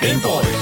Gameboys.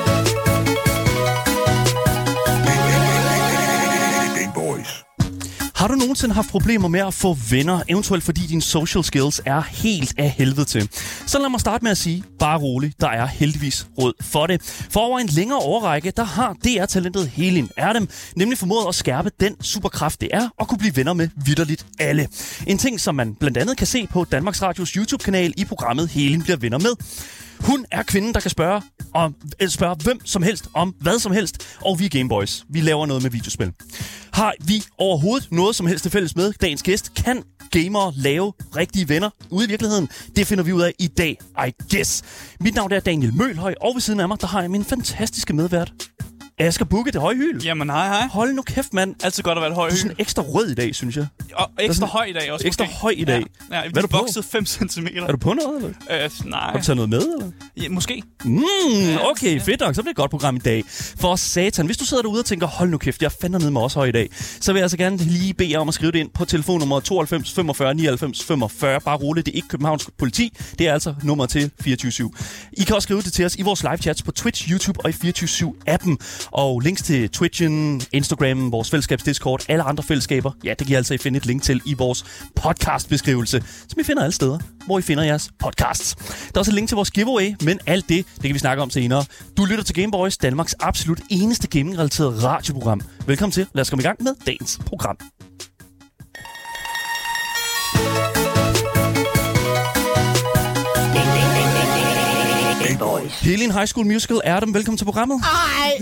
Har du nogensinde haft problemer med at få venner, eventuelt fordi dine social skills er helt af helvede til? Så lad mig starte med at sige, bare rolig, der er heldigvis råd for det. For over en længere årrække, der har DR-talentet Helin Erdem nemlig formået at skærpe den superkraft, det er at kunne blive venner med vitterligt alle. En ting, som man blandt andet kan se på Danmarks Radios YouTube-kanal i programmet Helin bliver venner med. Hun er kvinden, der kan spørge hvem som helst om hvad som helst, og vi er Gameboys. Vi laver noget med videospil. Har vi overhovedet noget som helst til fælles med dagens gæst? Kan gamere lave rigtige venner ude i virkeligheden? Det finder vi ud af i dag, I guess. Mit navn er Daniel Mølhøj, og ved siden af mig, der har jeg min fantastiske medvært, Asger Bukke, det høje hyl. Jamen, hej. Hold nu kæft, mand. Altid godt at være et høje hyl. Du er sådan ekstra rød i dag, synes jeg. Og ekstra høj i dag også. Ekstra høj i dag. Ja, hvad er du vokset 5 cm. Er du på noget, eller? Nej. Har du taget noget med, eller? Ja, måske. Okay, fedt nok. Så bliver det et godt program i dag. For satan, hvis du sidder derude og tænker, hold nu kæft, jeg fandt ned med også høj i dag, så vil jeg altså gerne lige bede jer om at skrive det ind på telefonnummer 92 45 99 45. Bare roligt, det er ikke Københavns Politi. Det er altså nummer til 24/7. I kan også skrive det til os i vores live chats på Twitch, YouTube og i 24/7-appen. Og links til Twitchen, Instagram, vores fællesskabs Discord, alle andre fællesskaber, ja, det kan I altså finde et link til i vores podcastbeskrivelse, som I finder alle steder, hvor I finder jeres podcasts. Der er også et link til vores giveaway, men alt det kan vi snakke om senere. Du lytter til Gameboys, Danmarks absolut eneste gaming-relateret radioprogram. Velkommen til. Lad os komme i gang med dagens program. Helin High School Musical Erdem, velkommen til programmet. Ej,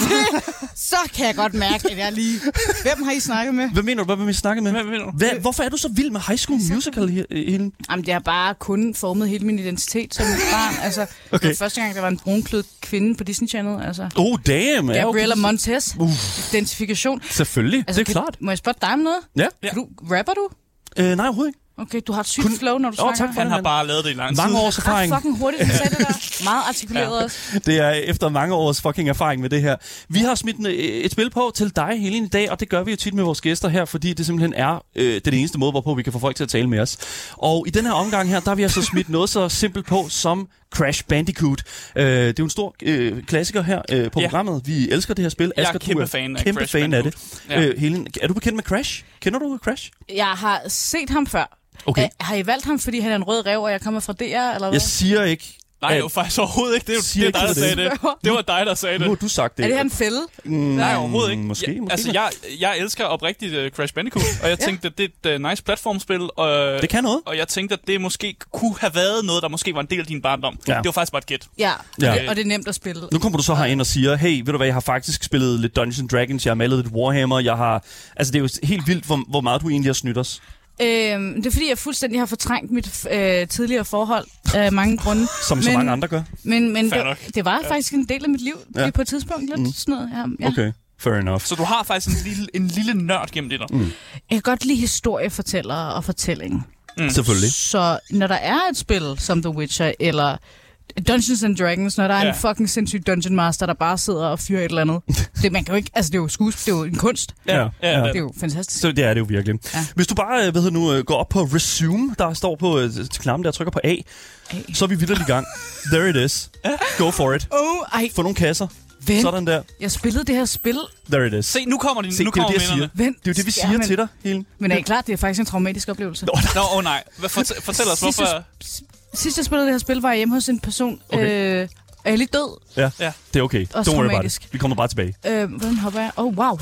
så kan jeg godt mærke, at jeg lige... Hvem har I snakket med? Hvad mener du? Hvad vil I snakke med? Hvorfor er du så vild med High School Musical, Helin? Jamen, det har bare kun formet hele min identitet som et barn. Altså, okay. Det var første gang, der var en brunklædt kvinde på Disney Channel. Altså, Damn! Gabriella Montez. Identifikation. Selvfølgelig, altså, det er klart. Må jeg spørge dig om noget? Ja. Rapper du? Nej, overhovedet ikke. Okay, du har et sygt flow, når du snakker. Tak for han har bare lavet det i lang tid. Mange års erfaring. Fucking hurtigt, du sagde det der. Meget artikuleret også. Det er efter mange års fucking erfaring med det her. Vi har smidt et spil på til dig, Helin, i dag, og det gør vi jo tit med vores gæster her, fordi det simpelthen er den eneste måde, hvorpå vi kan få folk til at tale med os. Og i den her omgang her, der har vi altså smidt noget så simpelt på som Crash Bandicoot. Det er jo en stor klassiker her på programmet. Vi elsker det her spil. Jeg er kæmpe fan af Crash Bandicoot. Helin, er du bekendt med Crash? Kender du Crash? Jeg har set ham før. Okay. Har I valgt ham, fordi han er en rød ræv, og jeg kommer fra DR, eller hvad? Jeg siger ikke. Nej, det var faktisk overhovedet ikke. Det er dig, der sagde det. Det var dig, der sagde det. Nu har du sagt det. Er det her en fælde? Nej, overhovedet ikke. Måske. Altså, jeg elsker oprigtigt Crash Bandicoot, og jeg tænkte, at det er et nice platformspil. Det kan noget. Og jeg tænkte, at det måske kunne have været noget, der måske var en del af din barndom. Ja. Det var faktisk bare et gæt. Ja, og det er nemt at spille. Nu kommer du så herind og siger, hey, ved du hvad, jeg har faktisk spillet lidt Dungeons & Dragons, jeg har malet lidt Warhammer, jeg har... Altså, det er jo helt vildt, hvor meget du egentlig har snydt os. Det er fordi, jeg fuldstændig har fortrængt mit tidligere forhold af mange grunde. Som så mange andre gør. Men det var faktisk en del af mit liv på et tidspunkt. Lidt sådan noget. Ja. Okay, fair enough. Så du har faktisk en lille nørd gennem det der. Jeg kan godt lide historiefortællere og fortælling. Selvfølgelig. Så når der er et spil som The Witcher eller Dungeons and Dragons, når der er en fucking sindssyg dungeon master, der bare sidder og fyrer et eller andet. Det, man kan jo ikke, altså det er jo skuespil, det er jo en kunst. Ja. Det er jo fantastisk. Så det er det jo virkelig. Ja. Hvis du bare, går op på resume, der står på knappen der, trykker på A, så er vi vitterlig i gang. There it is. Go for it. Få nogle kasser. Vent. Sådan der. Jeg spillede det her spil. There it is. Se, nu kommer de. Det er jo det, jeg siger. Det er jo det, vi siger til dig, Helin. Men er I klar? Det er faktisk en traumatisk oplevelse. Nej. Fortæl os, hvorfor... Sidst jeg spillede det her spil, var jeg hjemme hos en person. Er jeg lidt død? Ja, det er okay. Også don't worry about it. Vi kommer bare tilbage. Hvordan hopper jeg? Wow. Du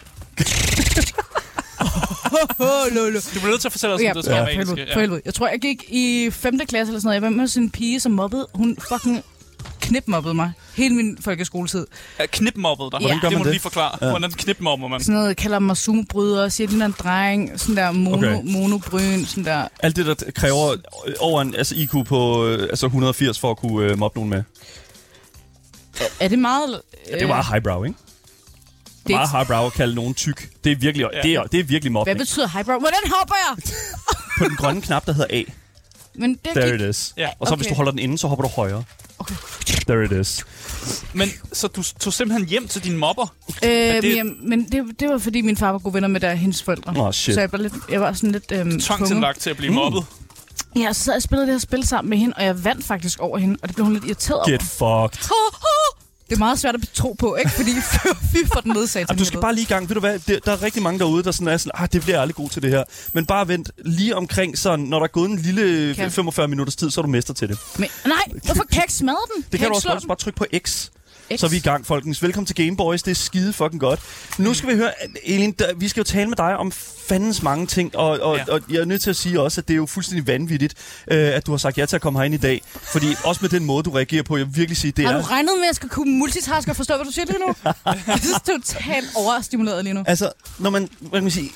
bliver nødt til at fortælle os, om det er traumatisk. Jeg tror, jeg gik i 5. klasse eller sådan noget. Jeg var med hos en pige, som mobbede. Hun fucking knipmobbede mig. Hele min folkeskoletid. Knipmobbede dig? Ja. Det må du lige forklare. Ja. Hvordan knipmobber man? Sådan noget, kalder mig sumobryder, siger den der dreng, sådan der monobryn, sådan der. Alt det, der kræver over en IQ på 180 for at kunne mobbe nogen med. Er det meget... det er meget highbrow, ikke? Det er meget highbrow at kalde nogen tyk. Det er virkelig, det er virkelig mobning. Hvad betyder highbrow? Hvordan hopper jeg? På den grønne knap, der hedder A. Men det There it is. Ja. Og så hvis du holder den inde, så hopper du højere. Okay. There it is. Men så du tog simpelthen hjem til dine mobber? Men det var fordi min far var gode venner med hendes forældre. Shit. Så jeg var sådan lidt tvangsindlagt til at blive mobbet? Ja, så jeg spillede det her spil sammen med hende, og jeg vandt faktisk over hende, og det blev hun lidt irriteret over. Get fucked. Det er meget svært at tro på, ikke? Fordi fy for den nød satan. Du skal bare lige i gang. Ved du hvad? Der er rigtig mange derude, der sådan er sådan, det bliver jeg aldrig god til det her. Men bare vent lige omkring sådan, når der er gået en lille 45 minutters tid, så er du mester til det. Men nej, hvorfor kan jeg ikke smadre den? Det kan du også bare trykke på X. Så er vi i gang, folkens. Velkommen til Game Boys. Det er skide fucking godt. Nu skal vi høre, Elin, vi skal jo tale med dig om fandens mange ting, og jeg er nødt til at sige også, at det er jo fuldstændig vanvittigt, at du har sagt ja til at komme herind i dag. Fordi også med den måde, du reagerer på, jeg vil virkelig sige, det er... Har du regnet med, at jeg skal kunne multitaske og forstå, hvad du siger lige nu? Jeg synes, det er totalt overstimuleret lige nu. Altså, når man kan sige,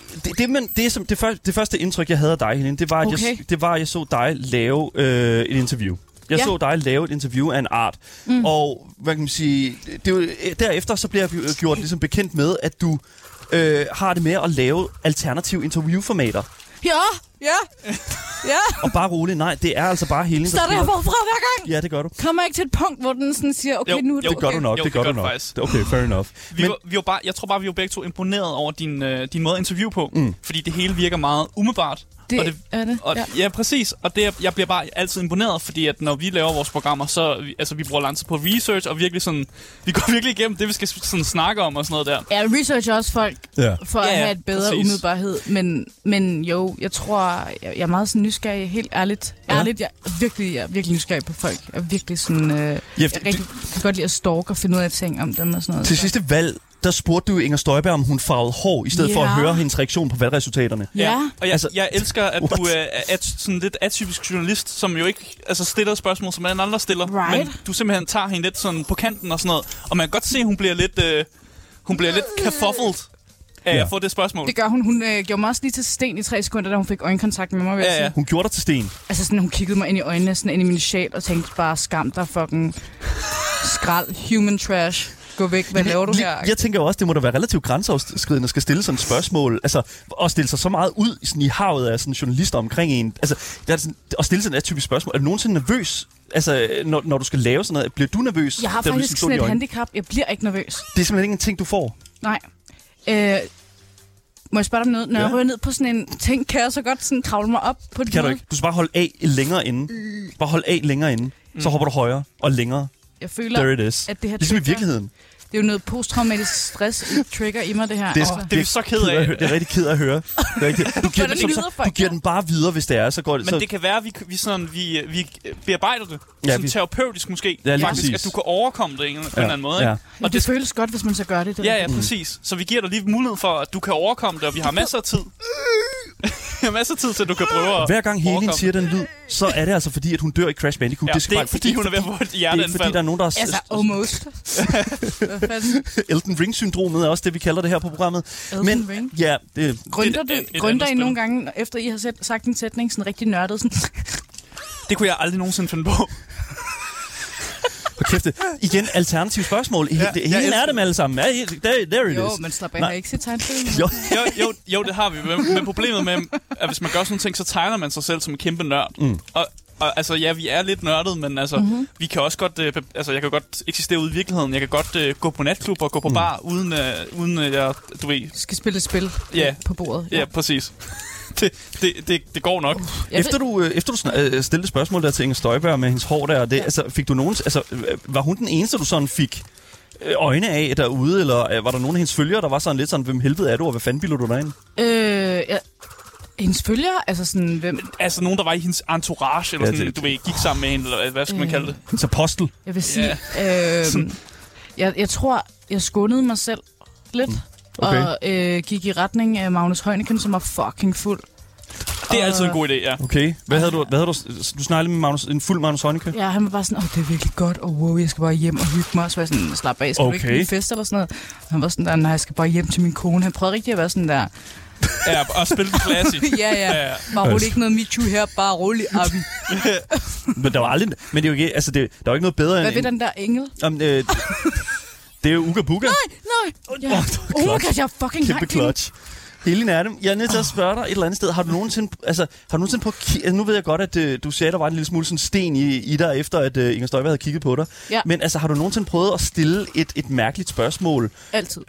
det første indtryk, jeg havde af dig, Helene, det var, at jeg så dig lave et interview. Jeg så dig lave et interview af en art, og hvad kan man sige, derefter så bliver jeg gjort ligesom bekendt med, at du har det med at lave alternative interviewformater. Ja. Og bare roligt, nej, det er altså bare Helene, der starter jeg forfra hver gang? Ja, det gør du. Kommer ikke til et punkt, hvor den sådan siger, okay, nu er det okay. Det gør du nok, det gør du nok. Okay, fair enough. Jeg tror bare, vi var begge to imponeret over din måde at interviewe på, fordi det hele virker meget umiddelbart. Det er det. Ja, præcis. Og jeg bliver bare altid imponeret, fordi at når vi laver vores programmer, så vi bruger lang tid på research, og virkelig sådan, vi går virkelig igennem det, vi skal sådan snakke om og sådan noget der. Ja, researcher også folk for at have et bedre umiddelbarhed. Men jo, jeg tror, jeg er meget sådan nysgerrig, helt ærligt. Jeg er virkelig nysgerrig på folk. Jeg er virkelig sådan, jeg kan godt lide at stalke og finde ud af ting om dem og sådan noget. Til sidste valg, der spurgte du Inger Støjberg, om hun farvede hår, i stedet for at høre hendes reaktion på valgresultaterne. Ja. Og jeg elsker, at du er sådan lidt atypisk journalist, som jo ikke stiller spørgsmål, som alle andre stiller. Right. Men du simpelthen tager hende lidt sådan på kanten og sådan noget. Og man kan godt se, at hun bliver lidt kafoffelt af at få det spørgsmål. Det gør hun. Hun gjorde mig også lige til sten i 3 sekunder, da hun fik øjenkontakt med mig, vil jeg sige. Hun gjorde dig til sten. Altså sådan, hun kiggede mig ind i øjnene, sådan ind i min sjæl, og tænkte bare, skam dig fucking skrald, human trash. Gå væk, hvad laver du her? Jeg tænker også, det må da være relativt grænseoverskridende at skal stille sådan et spørgsmål. Altså, at stille sig så meget ud sådan i havet af sådan journalister omkring en. Altså, det er sådan, at stille sådan et typisk spørgsmål. Er du nogensinde nervøs? Altså, når du skal lave sådan noget, bliver du nervøs? Jeg har faktisk sådan et handicap. Jeg bliver ikke nervøs. Det er simpelthen ikke en ting, du får? Nej. Må jeg spørge dig om noget? Når jeg rører ned på sådan en ting, kan jeg så godt sådan kravle mig op på det? Det kan du ikke. Du skal bare holde af længere inde. Bare holde af længere inde. Så hopper du højere og længere. Jeg føler, at det her ligesom i virkeligheden. Det er jo noget posttraumatisk stress, trigger i mig, det her. Det er vi så ked af. Det er rigtig ked af at høre. Du giver den bare videre, hvis det er, så går det. Men det kan være, at vi bearbejder det. Sådan terapeutisk måske. Ja, faktisk, at du kan overkomme det på en eller anden måde. Ja. Og det føles godt, hvis man så gør det. Ja, præcis. Så vi giver dig lige mulighed for, at du kan overkomme det, og vi har masser af tid. Vi har masser af tid til, at du kan prøve at hver gang Helene siger den lyd, så er det altså fordi, at hun dør i Crash Bandicoot. Ja, det er ikke fordi, hun er ved at få et hjerteanfald. Det er fordi, der er nogen, der er... Altså, almost. Elden Ring-syndromet er også det, vi kalder det her på programmet. Elden Ring? Ja, Grønter I nogle gange, efter I har sagt en sætning, sådan rigtig nørdet? Sådan. Det kunne jeg aldrig nogensinde finde på. Kæft, igen, alternative spørgsmål. Hele er dem alle sammen. There it is. Jo, men slap af, har ikke set tegnfilm? Jo, det har vi. Men problemet med, at hvis man gør sådan nogle ting, så tegner man sig selv som en kæmpe nørd. Og altså, ja, vi er lidt nørdet, men altså, vi kan også godt, jeg kan godt eksistere ude i virkeligheden. Jeg kan godt gå på natklub og gå på bar, uden jeg, du ved... Skal spille et spil på bordet. Ja, præcis. Det går nok. Efter du stillede spørgsmål der til Inger Støjberg med hendes hår der, altså, fik du nogen... Altså, var hun den eneste, du sådan fik øjne af derude, eller var der nogen af hendes følgere, der var sådan lidt sådan, hvem helvede er du, og hvad fanden ville du derind? Hendes følgere? Altså sådan, hvem? Altså nogen, der var i hendes entourage, eller sådan, du ved, gik sammen med hende, eller hvad skal man kalde det? Hendes apostel. Jeg vil sige, jeg tror, jeg skundede mig selv lidt, og gik i retning af Magnus Heunicke, som var fucking fuld. Det er altid en god idé, ja. Okay. Hvad havde du snakkede med en fuld Magnus Heunicke? Ja, han var bare sådan, det er virkelig godt, og wow, jeg skal bare hjem og hygge mig. Så var jeg sådan, slap af, skal du ikke blive fest eller sådan noget? Han var sådan der, nej, jeg skal bare hjem til min kone. Han prøvede rigtig at være sådan der... Ja, og spille den klassisk. ja. Bare roligt, ikke noget MeToo her, bare roligt, Abi. Men der var aldrig... Men det er jo ikke... Altså, der var ikke noget bedre end... Hvad ved den der engel? Det er jo Uga Buga. Nej. Ja. Oh my god, jeg er fucking kæmpe clutch. Helene Adam, jeg er nødt til at spørge dig et eller andet sted. Har du nogensinde på... Nu ved jeg godt, at du sagde, der var en lille smule sådan sten i dig, efter at Inger Støjberg havde kigget på dig. Ja. Men altså, har du nogensinde prøvet at stille et mærkeligt spørgsmål? Altid.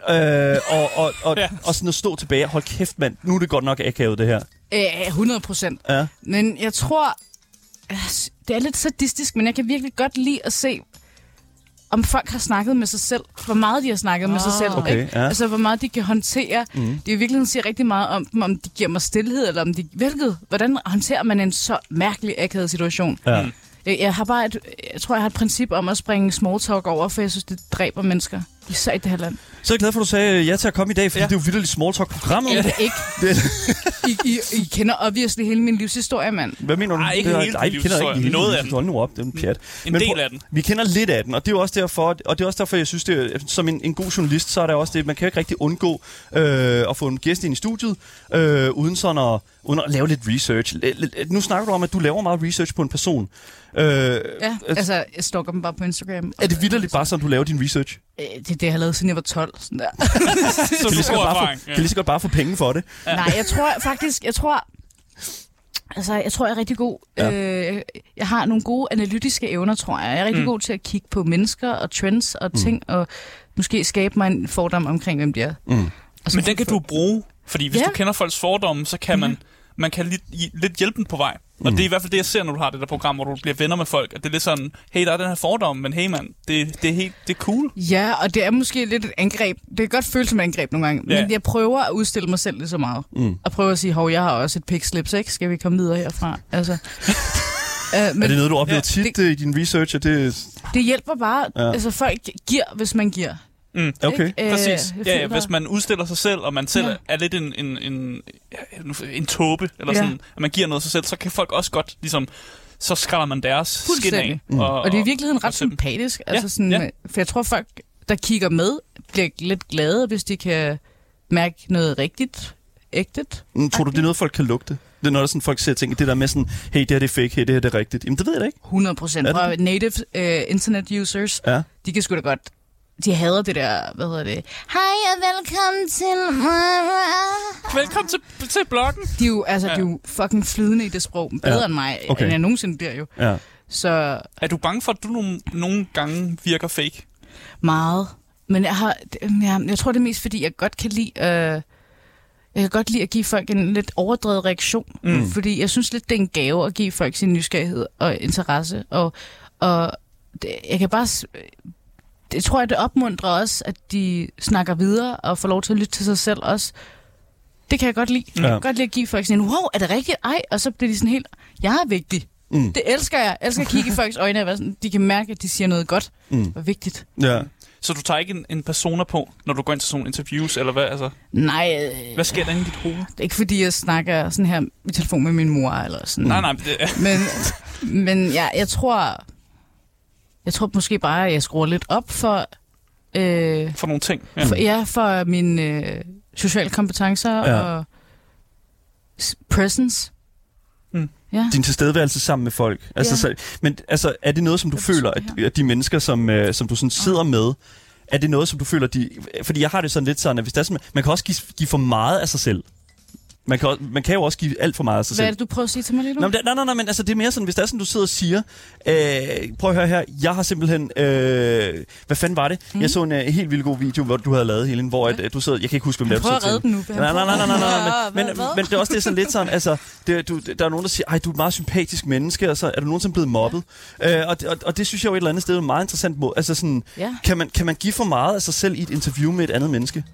Og sådan at stå tilbage. Hold kæft, mand. Nu er det godt nok akavet, det her. 100%. Ja. Men jeg tror... det er lidt sadistisk, men jeg kan virkelig godt lide at se, om folk har snakket med sig selv. Hvor meget de har snakket med sig selv. Okay, ikke? Altså, hvor meget de kan håndtere. Det er jo virkelig siger rigtig meget om de giver mig stilhed, eller om de... Hvordan håndterer man en så mærkelig akavet situation? Ja. Jeg tror, jeg har et princip om at springe small talk over, for jeg synes, det dræber mennesker. Især i det her land. Så er jeg glad for, at du sagde ja til at komme i dag, fordi det er jo vitterligt small talk-programmet. Ja, det er ikke. I kender obviously hele min livshistorie, mand. Hvad mener du? Nej, ikke hele din livshistorie. Noget af den. Hold nu op, det er en pjat. En del af den. Vi kender lidt af den, og det er jo også derfor, jeg synes, det er, som en god journalist, så er der også det, man kan jo ikke rigtig undgå at få en gæst ind i studiet, uden sådan at lave lidt research. Nu snakker du om, at du laver meget research på en person. Ja, altså, jeg stalker dem bare på Instagram. Er det vitterligt bare sådan, du laver din research? Det er det, jeg har lavet, siden jeg var 12. Sådan der. Så du får erfaring. Kan lige så godt bare få penge for det? Ja. Nej, jeg tror, jeg er rigtig god. Ja. Jeg har nogle gode analytiske evner, tror jeg. Jeg er rigtig god til at kigge på mennesker og trends og ting, og måske skabe mig en fordom omkring, hvem de er. Men den kan du bruge, fordi hvis du kender folks fordomme, så kan man kan lidt hjælpe dem på vej. Og det er i hvert fald det, jeg ser, når du har det der program, hvor du bliver venner med folk. At det er lidt sådan, hey, der er den her fordom, men hey mand, det er cool. Ja, og det er måske lidt et angreb. Det kan godt føles som et angreb nogle gange. Men jeg prøver at udstille mig selv lidt så meget. Og prøver at sige, hov, jeg har også et pikslips, ikke? Skal vi komme videre herfra? Altså... men er det noget, du oplever tit i din research? Det hjælper bare. Ja. Altså, folk giver, hvis man giver. Okay. Præcis. Ja, hvis man udstiller sig selv, og man selv er lidt en tåbe, eller sådan, at man giver noget af sig selv, så kan folk også godt, ligesom, så skræller man deres skin af. Og det er i virkeligheden ret sympatisk. Altså sådan, for jeg tror, folk, der kigger med, bliver lidt glade, hvis de kan mærke noget rigtigt, ægtet. Tror du, det er noget, folk kan lugte? Det er noget, sådan, folk ser ting, det der med sådan, hey, det her det er fake, hey, det her det er rigtigt. Jamen, det ved jeg da ikke. 100%. Og native internet users, de kan sgu da godt... De hader det der, hvad hedder det? Hej og velkommen til... Velkommen til bloggen. De er jo fucking flydende i det sprog. Bedre end mig, end jeg nogensinde bliver jo. Ja. Så... Er du bange for, at du nogle gange virker fake? Meget. Men jeg tror det er mest, fordi jeg godt kan lide... jeg kan godt lide at give folk en lidt overdrevet reaktion. Fordi jeg synes lidt, det er en gave at give folk sin nysgerrighed og interesse. Og jeg kan bare... Jeg tror, at det opmuntrer også, at de snakker videre og får lov til at lytte til sig selv også. Det kan jeg godt lide. Jeg kan godt lide at give folk sådan en, wow, er det rigtigt? Ej, og så bliver de sådan helt, jeg er vigtig. Det elsker jeg. Jeg elsker at kigge i folks øjne, og de kan mærke, at de siger noget godt og vigtigt. Ja. Så du tager ikke en persona på, når du går ind til sådan nogle interviews, eller hvad? Altså, nej. Hvad sker der inde i dit hoved? Det er ikke, fordi jeg snakker sådan her i telefon med min mor, eller sådan. Nej. Men jeg tror... Jeg tror måske bare, at jeg skruer lidt op for... for nogle ting. For mine sociale kompetencer og presence. Ja. Din tilstedeværelse sammen med folk. Altså, men altså, er det noget, som du føler, at de mennesker, som du sådan sidder med, er det noget, som du føler, fordi jeg har det sådan lidt sådan, at hvis der er sådan, man kan også give for meget af sig selv. Man kan jo også give alt for meget af sig selv. Hvad er det, du prøver at sige til mig lige nu? Nej, men altså, det er mere sådan, hvis der er sådan, du sidder og siger, prøv at høre her, jeg har simpelthen, hvad fanden var det? Jeg så en helt vildt god video, hvor du havde lavet, Helen, hvor du sidder, jeg kan ikke huske, hvem det er, du sidder til. Prøv at redde den nu. Men det er også det sådan lidt sådan, altså, der er nogen, der siger, ej, du er et meget sympatisk menneske, og så er du nogensinde blevet mobbet. Og det synes jeg jo et eller andet sted er en meget interessant måde. Altså sådan, kan man give for meget af sig selv i et interview med et andet menneske?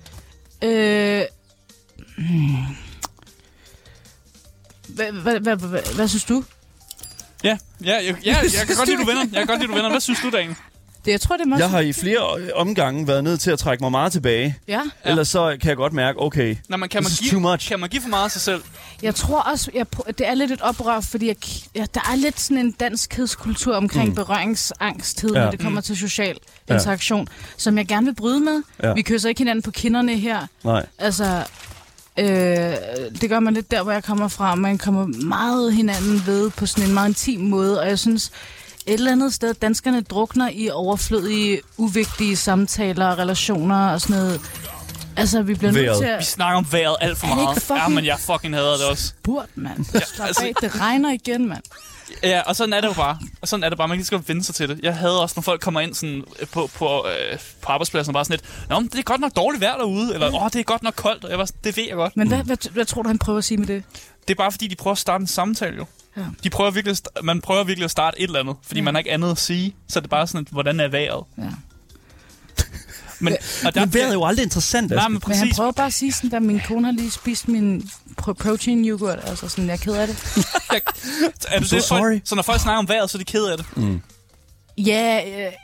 Hvad synes du? Jeg kan godt lide, du venner. Hvad synes du, Daniel? Jeg tror, det er meget... Jeg har i flere omgange været nødt til at trække mig meget tilbage. Ja. Ellers så kan jeg godt mærke, okay, kan man give for meget af sig selv? Jeg tror også, det er lidt et oprør, fordi der er lidt sådan en danskhedskultur omkring berøringsangsthed, når det kommer til social interaktion, som jeg gerne vil bryde med. Ja. Vi kysser ikke hinanden på kinderne her. Nej. Altså... det gør man lidt der, hvor jeg kommer fra. Man kommer meget hinanden ved på sådan en meget intim måde, og jeg synes et eller andet sted, danskerne drukner i overflødige, uvigtige samtaler og relationer og sådan noget. Altså, vi bliver nødt til at... Vi snakker om vejret alt for meget. Men jeg fucking hader det også. Spurt, mand. Det regner igen, mand. Ja, og sådan er det jo bare. Man kan lige så godt vende sig til det. Jeg havde også, når folk kommer ind sådan på arbejdspladsen, bare sådan lidt, nå, det er godt nok dårligt vejr derude, eller det er godt nok koldt, og jeg var sådan, det ved jeg godt. Men hvad tror du, han prøver at sige med det? Det er bare, fordi de prøver at starte en samtale, jo. Man prøver virkelig at starte et eller andet, fordi man har ikke andet at sige. Så er det bare sådan, hvordan er vejret? Ja. Men vejret er jo aldrig interessant. Nej, men han prøver bare at sige sådan, at min kone har lige spist min protein yoghurt. Altså sådan, jeg er ked af det. Er det sorry. Så når folk snakker om vejret, så er de ked af det? Ja,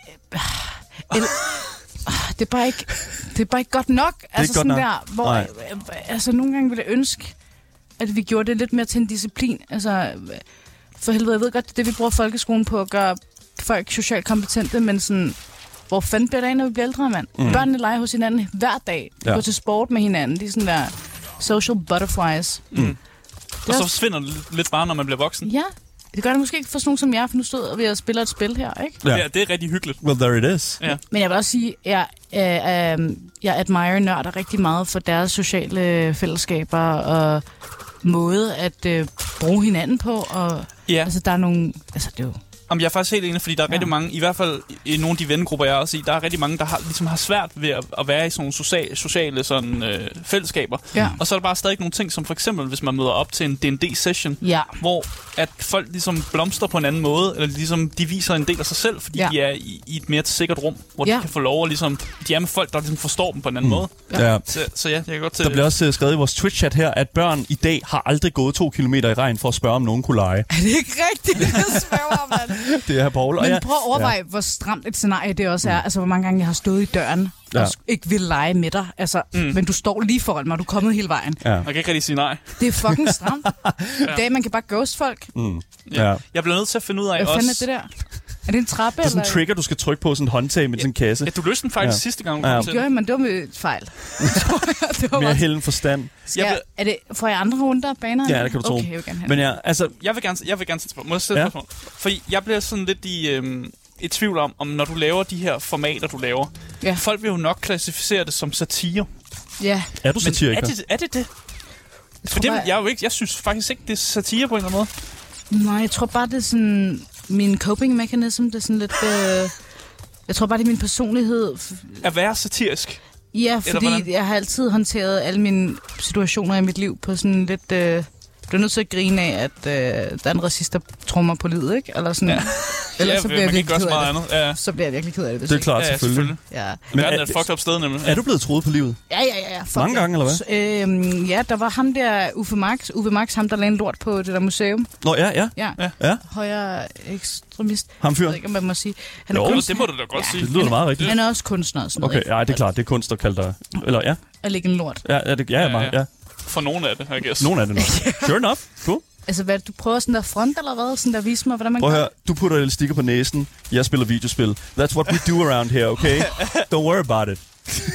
det er bare ikke godt nok. Altså sådan der, hvor altså nogle gange ville jeg ønske, at vi gjorde det lidt mere til en disciplin. Altså, for helvede, jeg ved godt, det vi bruger folkeskolen på at gøre folk socialt kompetente, men sådan, hvor fanden bliver det af, når vi bliver ældre, mand? Børnene leger hos hinanden hver dag. Går til sport med hinanden. De er sådan der social butterflies. Og så forsvinder det lidt bare, når man bliver voksen. Ja, det gør det måske ikke for sådan nogen som jeg, for nu stod vi og spiller et spil her, ikke? Ja, det er rigtig hyggeligt. Well, there it is. Ja. Men jeg vil også sige, at jeg admirer nørder rigtig meget for deres sociale fællesskaber og måde at bruge hinanden på. Og, altså, der er nogle... Altså, det er jo... Jamen, jeg er faktisk helt enig, fordi der er rigtig mange, i hvert fald i nogle af de vennegrupper, jeg er også i, der er rigtig mange, der ligesom har svært ved at være i sådan nogle sociale sådan, fællesskaber. Ja. Og så er der bare stadig nogle ting, som for eksempel, hvis man møder op til en D&D-session, hvor at folk ligesom blomstrer på en anden måde, eller ligesom de viser en del af sig selv, fordi de er i et mere sikkert rum, hvor de kan få lov at ligesom, de er med folk, der ligesom forstår dem på en anden måde. Ja. Så ja, jeg kan godt til. Der bliver også skrevet i vores Twitch-chat her, at børn i dag har aldrig gået 2 kilometer i regn for at spørge, om nogen kunne lege. Er det ikke rigtigt, det spørger man? Det er Paul. Men prøv at overveje, hvor stramt et scenarie det også er. Altså, hvor mange gange jeg har stået i døren og ikke vil lege med dig. Altså, men du står lige foran mig, og du er kommet hele vejen. Ja. Jeg kan ikke rigtig sige nej. Det er fucking stramt. I dag, man kan bare ghost folk. Ja. Jeg bliver nødt til at finde ud af også... Hvad fanden er det der? Er det en trappe? Det er sådan en trigger, du skal trykke på, sådan en håndtag med sådan en kasse. Ja, du løste den faktisk sidste gang. Det gjorde jeg, men det var med et fejl. Mere hælden forstand. Får jeg andre runder af baner? Ja, det kan du tro. Okay, men altså... Jeg vil gerne sætte spørgsmål. Må jeg sætte spørgsmål? Fordi jeg bliver sådan lidt i tvivl om når du laver de her formater, du laver. Ja. Folk vil jo nok klassificere det som satire. Ja. Er du satiriker? Er det? For jeg synes faktisk ikke, det er satire på en eller anden måde. Nej, jeg tror bare, det er sådan... Min coping mechanism, det er sådan lidt... jeg tror bare, det er min personlighed. At være satirisk? Ja, fordi jeg har altid håndteret alle mine situationer i mit liv på sådan lidt... Jeg bliver nødt til at grine af, at der er en racist, der trommer på livet, ikke? Eller sådan... Ja. Ellers så bliver jeg virkelig ked af det. Ja. Så bliver jeg virkelig ked af det. Det er klart, selvfølgelig. Ja. Men er det et fucked up sted, nemlig? Er du blevet troet på livet? Ja. Mange gange, eller hvad? Ja, der var ham der, Uffe Max, ham der lagde en lort på det der museum. Nå, ja. Højre ekstremist. Ham fyr? Jeg ved ikke, om man må sige. Han jo, det må du da godt sige. Det lyder meget rigtigt. Han er også kunstner og sådan noget. Okay, ja, det er klart. Det er kunst, der kalder dig. Eller ja. At lægge en lort. Ja. For nogle af det, I guess. Nogle af det nok. Sure enough. Cool. Altså, hvad, du prøver sådan der front, eller hvad? Sådan der vise mig, hvordan man gør? Prøv at høre, du putter elastikker på næsen. Jeg spiller videospil. That's what we do around here, okay? Don't worry about it.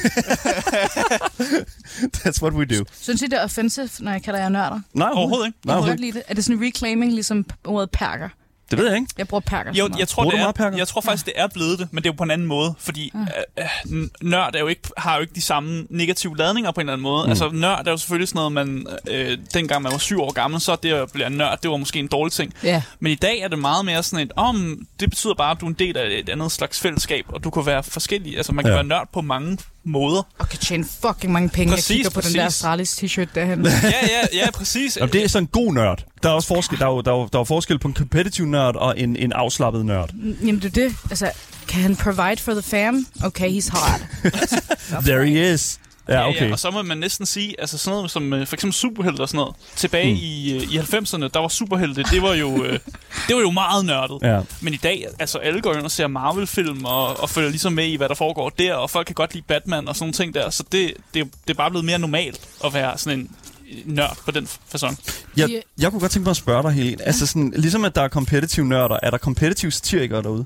That's what we do. Synes I, det er offensive, når jeg kalder jer nørder? Nej, overhovedet ikke. Jeg kan godt lide det. Er det sådan en reclaiming, ligesom ordet perker? Det ved jeg ikke. Jeg bruger perker. Jo, jeg tror faktisk, det er blevet det, men det er jo på en anden måde, fordi nørd er jo ikke, har jo ikke de samme negative ladninger på en eller anden måde. Altså, nørd er jo selvfølgelig sådan noget, man dengang man var 7 år gammel, så det at blive nørd, det var måske en dårlig ting. Yeah. Men i dag er det meget mere sådan et, det betyder bare, at du er en del af et andet slags fællesskab, og du kan være forskellig. Altså, man kan være nørd på mange måder. Og kan tjene fucking mange penge. Jeg kigger på den der Astralis t-shirt derhen. ja, præcis. Jamen, det er sådan en god nørd. Der er også forskel, der er forskel på en competitive nørd og en afslappet nørd. Jamen, det er det. Altså, kan han provide for the fam? Okay, he's hot. There he is. Ja, okay. Ja, og så må man næsten sige, altså sådan noget som for eksempel superhelte og sådan noget. Tilbage i 90'erne, der var superhelte, det var jo meget nørdet. Ja. Men i dag, altså alle går ind og ser Marvel-film og følger ligesom med i, hvad der foregår der, og folk kan godt lide Batman og sådan nogle ting der, så det er bare blevet mere normalt at være sådan en nørd på den facon. Jeg kunne godt tænke mig at spørge dig, Helene. Altså sådan, ligesom at der er competitive nørder, er der competitive satirikere derude?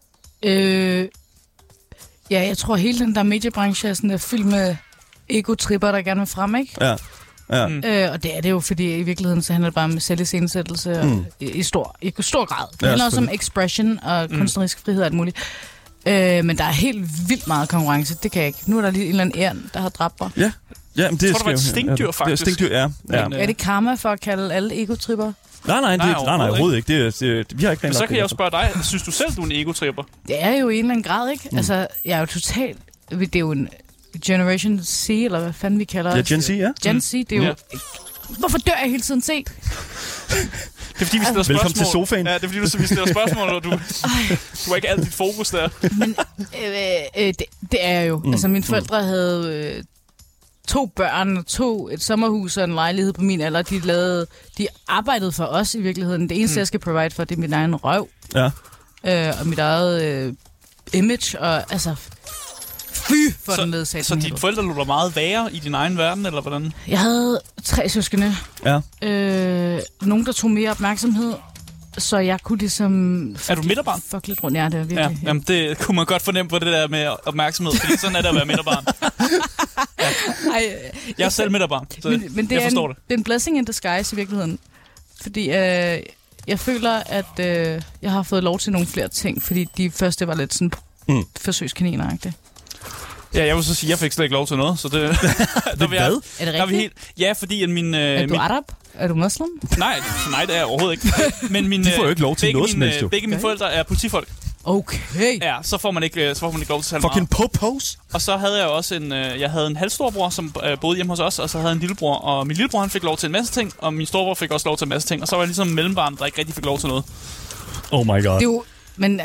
Ja, jeg tror hele den der mediebranche er sådan en film med ego-tripper, der gerne vil frem, ikke? Ja. Og det er det jo, fordi i virkeligheden så handler det bare om selvisensættelse i stor grad. Det handler også om expression og kunstnerisk frihed og alt muligt. Men der er helt vildt meget konkurrence. Det kan jeg ikke. Nu er der lige en eller anden æren, der har dræbt mig. Ja. Ja, men det tror du, det var et stinkdyr, faktisk? Det er stinkdyr, ja. Er det karma for at kalde alle egotripper? Nej, overhovedet ikke. Vi har ikke men så kan jeg jo spørge dig, synes du selv, du er en egotripper? Det er jo i en eller anden grad, ikke? Altså, jeg er jo totalt... Det er jo en Generation C, eller hvad fanden vi kalder det. Ja, Gen Z, ja. Gen Z, det er jo... Hvorfor dør jeg hele tiden? Se? Det er fordi, vi stiller spørgsmål. Velkommen til sofaen. Ja, det er fordi, vi stiller spørgsmål, og du har ikke alt dit fokus der. Men det er jeg jo. Altså, mine forældre havde 2 børn og et sommerhus og en lejlighed på min alder. De arbejdede for os i virkeligheden. Det eneste, jeg skal provide for, det er min egen røv. Ja. Og mit eget image. Og altså, fy for den ledsagelse. Så dine forældre lå der meget værre i din egen verden, eller hvordan? Jeg havde 3 søskende. Ja. Nogen, der tog mere opmærksomhed. Så jeg kunne ligesom... Er du midterbarn? Fuck lidt rundt. Ja, det er virkelig. Ja, jamen det kunne man godt fornemme på det der med opmærksomhed, fordi sådan er det at være midterbarn. Ja. Jeg er selv midterbarn, så men det jeg forstår det. Det er en blessing in disguise i virkeligheden. Fordi jeg føler, at jeg har fået lov til nogle flere ting, fordi de første var lidt sådan forsøgskaniner-agtigt. Ja, jeg vil så sige, at jeg fik slet ikke lov til noget, så det... Hvad? Er det rigtigt? Ja, fordi min... Er du arab? Er du muslim? Nej, det er jeg overhovedet ikke. Men de får jo ikke lov til noget som helst, jo. Begge mine forældre er politifolk. Okay. Ja, så får man ikke lov til at tale fucking popos. Og så havde jeg også en halvstorbror, som boede hjemme hos os, og så havde jeg en lillebror. Og min lillebror, han fik lov til en masse ting, og min storebror fik også lov til en masse ting. Og så var jeg ligesom mellembarn, der ikke rigtig fik lov til noget. Oh my god. Det er jo... Men...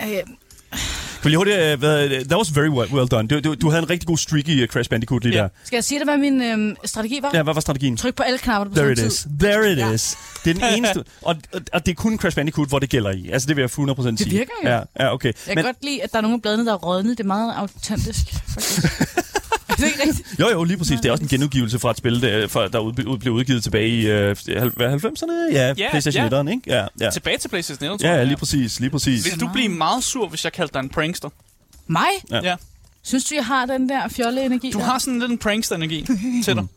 That was very well done. Du havde en rigtig god streak i Crash Bandicoot lige der. Skal jeg sige dig, hvad min strategi var? Ja, hvad var strategien? Tryk på alle knapper på samme tid. There it is. Det er den eneste... Og det er kun Crash Bandicoot, hvor det gælder i. Altså, det vil jeg 100% sige. Det virker jo. Ja, okay. Jeg kan godt lide, at der er nogle af bladene, der er rådne. Det er meget autentisk, faktisk. Er det ikke rigtigt? Jo, lige præcis. Det er også en genudgivelse fra et spil, der blev udgivet tilbage i 90'erne. Ja, PlayStation 1'eren, ikke? Ja. Tilbage til PlayStation 1'eren, tror jeg. Ja, lige præcis. Vil du blive meget sur, hvis jeg kaldte dig en prankster? Mig? Ja. Synes du, jeg har den der fjolle-energi? Du har sådan lidt en prankster-energi til dig.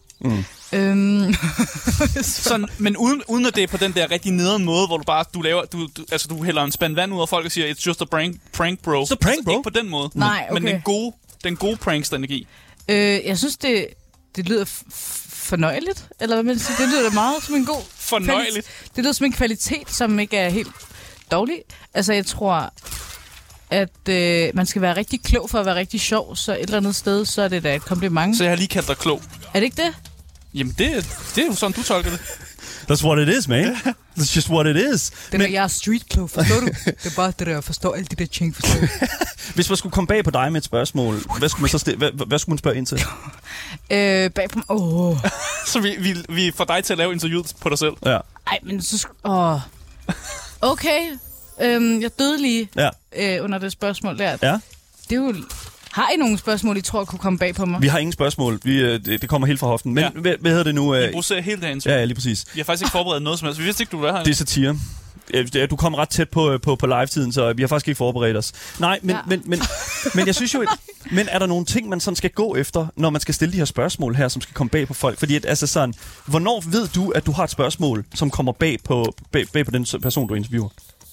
Sådan, men uden at det er på den der rigtig nederen måde, hvor du bare du hælder en spand vand ud af folk og siger, it's just a prank bro. Så prank bro? Ikke på den måde. Nej, okay. Men den gode prankster-energi. Jeg synes, det lyder fornøjeligt. Eller hvad man siger? Det lyder meget som en god... Fornøjeligt? Det lyder som en kvalitet, som ikke er helt dårlig. Altså, jeg tror, at man skal være rigtig klog for at være rigtig sjov, så et eller andet sted, så er det da et kompliment. Så jeg har lige kaldt dig klog. Er det ikke det? Jamen, det er jo sådan, du tolker det. That's what it is, man. That's just what it is. Jeg er street-klog, forstår du? Det er bare det der, jeg forstår alle de der ting, forstår du? Hvis man skulle komme bag på dig med et spørgsmål, hvad skulle man så hvad skulle man spørge ind til? Bag på mig? Så vi får dig til at lave interviewet på dig selv? Ja. Ej, men så... Okay. Jeg døde lige under det spørgsmål der. Ja. Det er jo... Har I nogle spørgsmål, I tror kunne komme bag på mig? Vi har ingen spørgsmål. Det kommer helt fra hoften. Men hvad hedder det nu? Vi bruger hele dagen. Ja, lige præcis. Vi har faktisk ikke forberedt noget som helst. Vi vidste ikke, du var her. Det er satire. Du kom ret tæt på live-tiden, så vi har faktisk ikke forberedt os. Nej, men jeg synes jo... Men er der nogle ting, man sådan skal gå efter, når man skal stille de her spørgsmål her, som skal komme bag på folk? Fordi altså sådan, hvornår ved du, at du har et spørgsmål, som kommer bag på den person, du interviewer?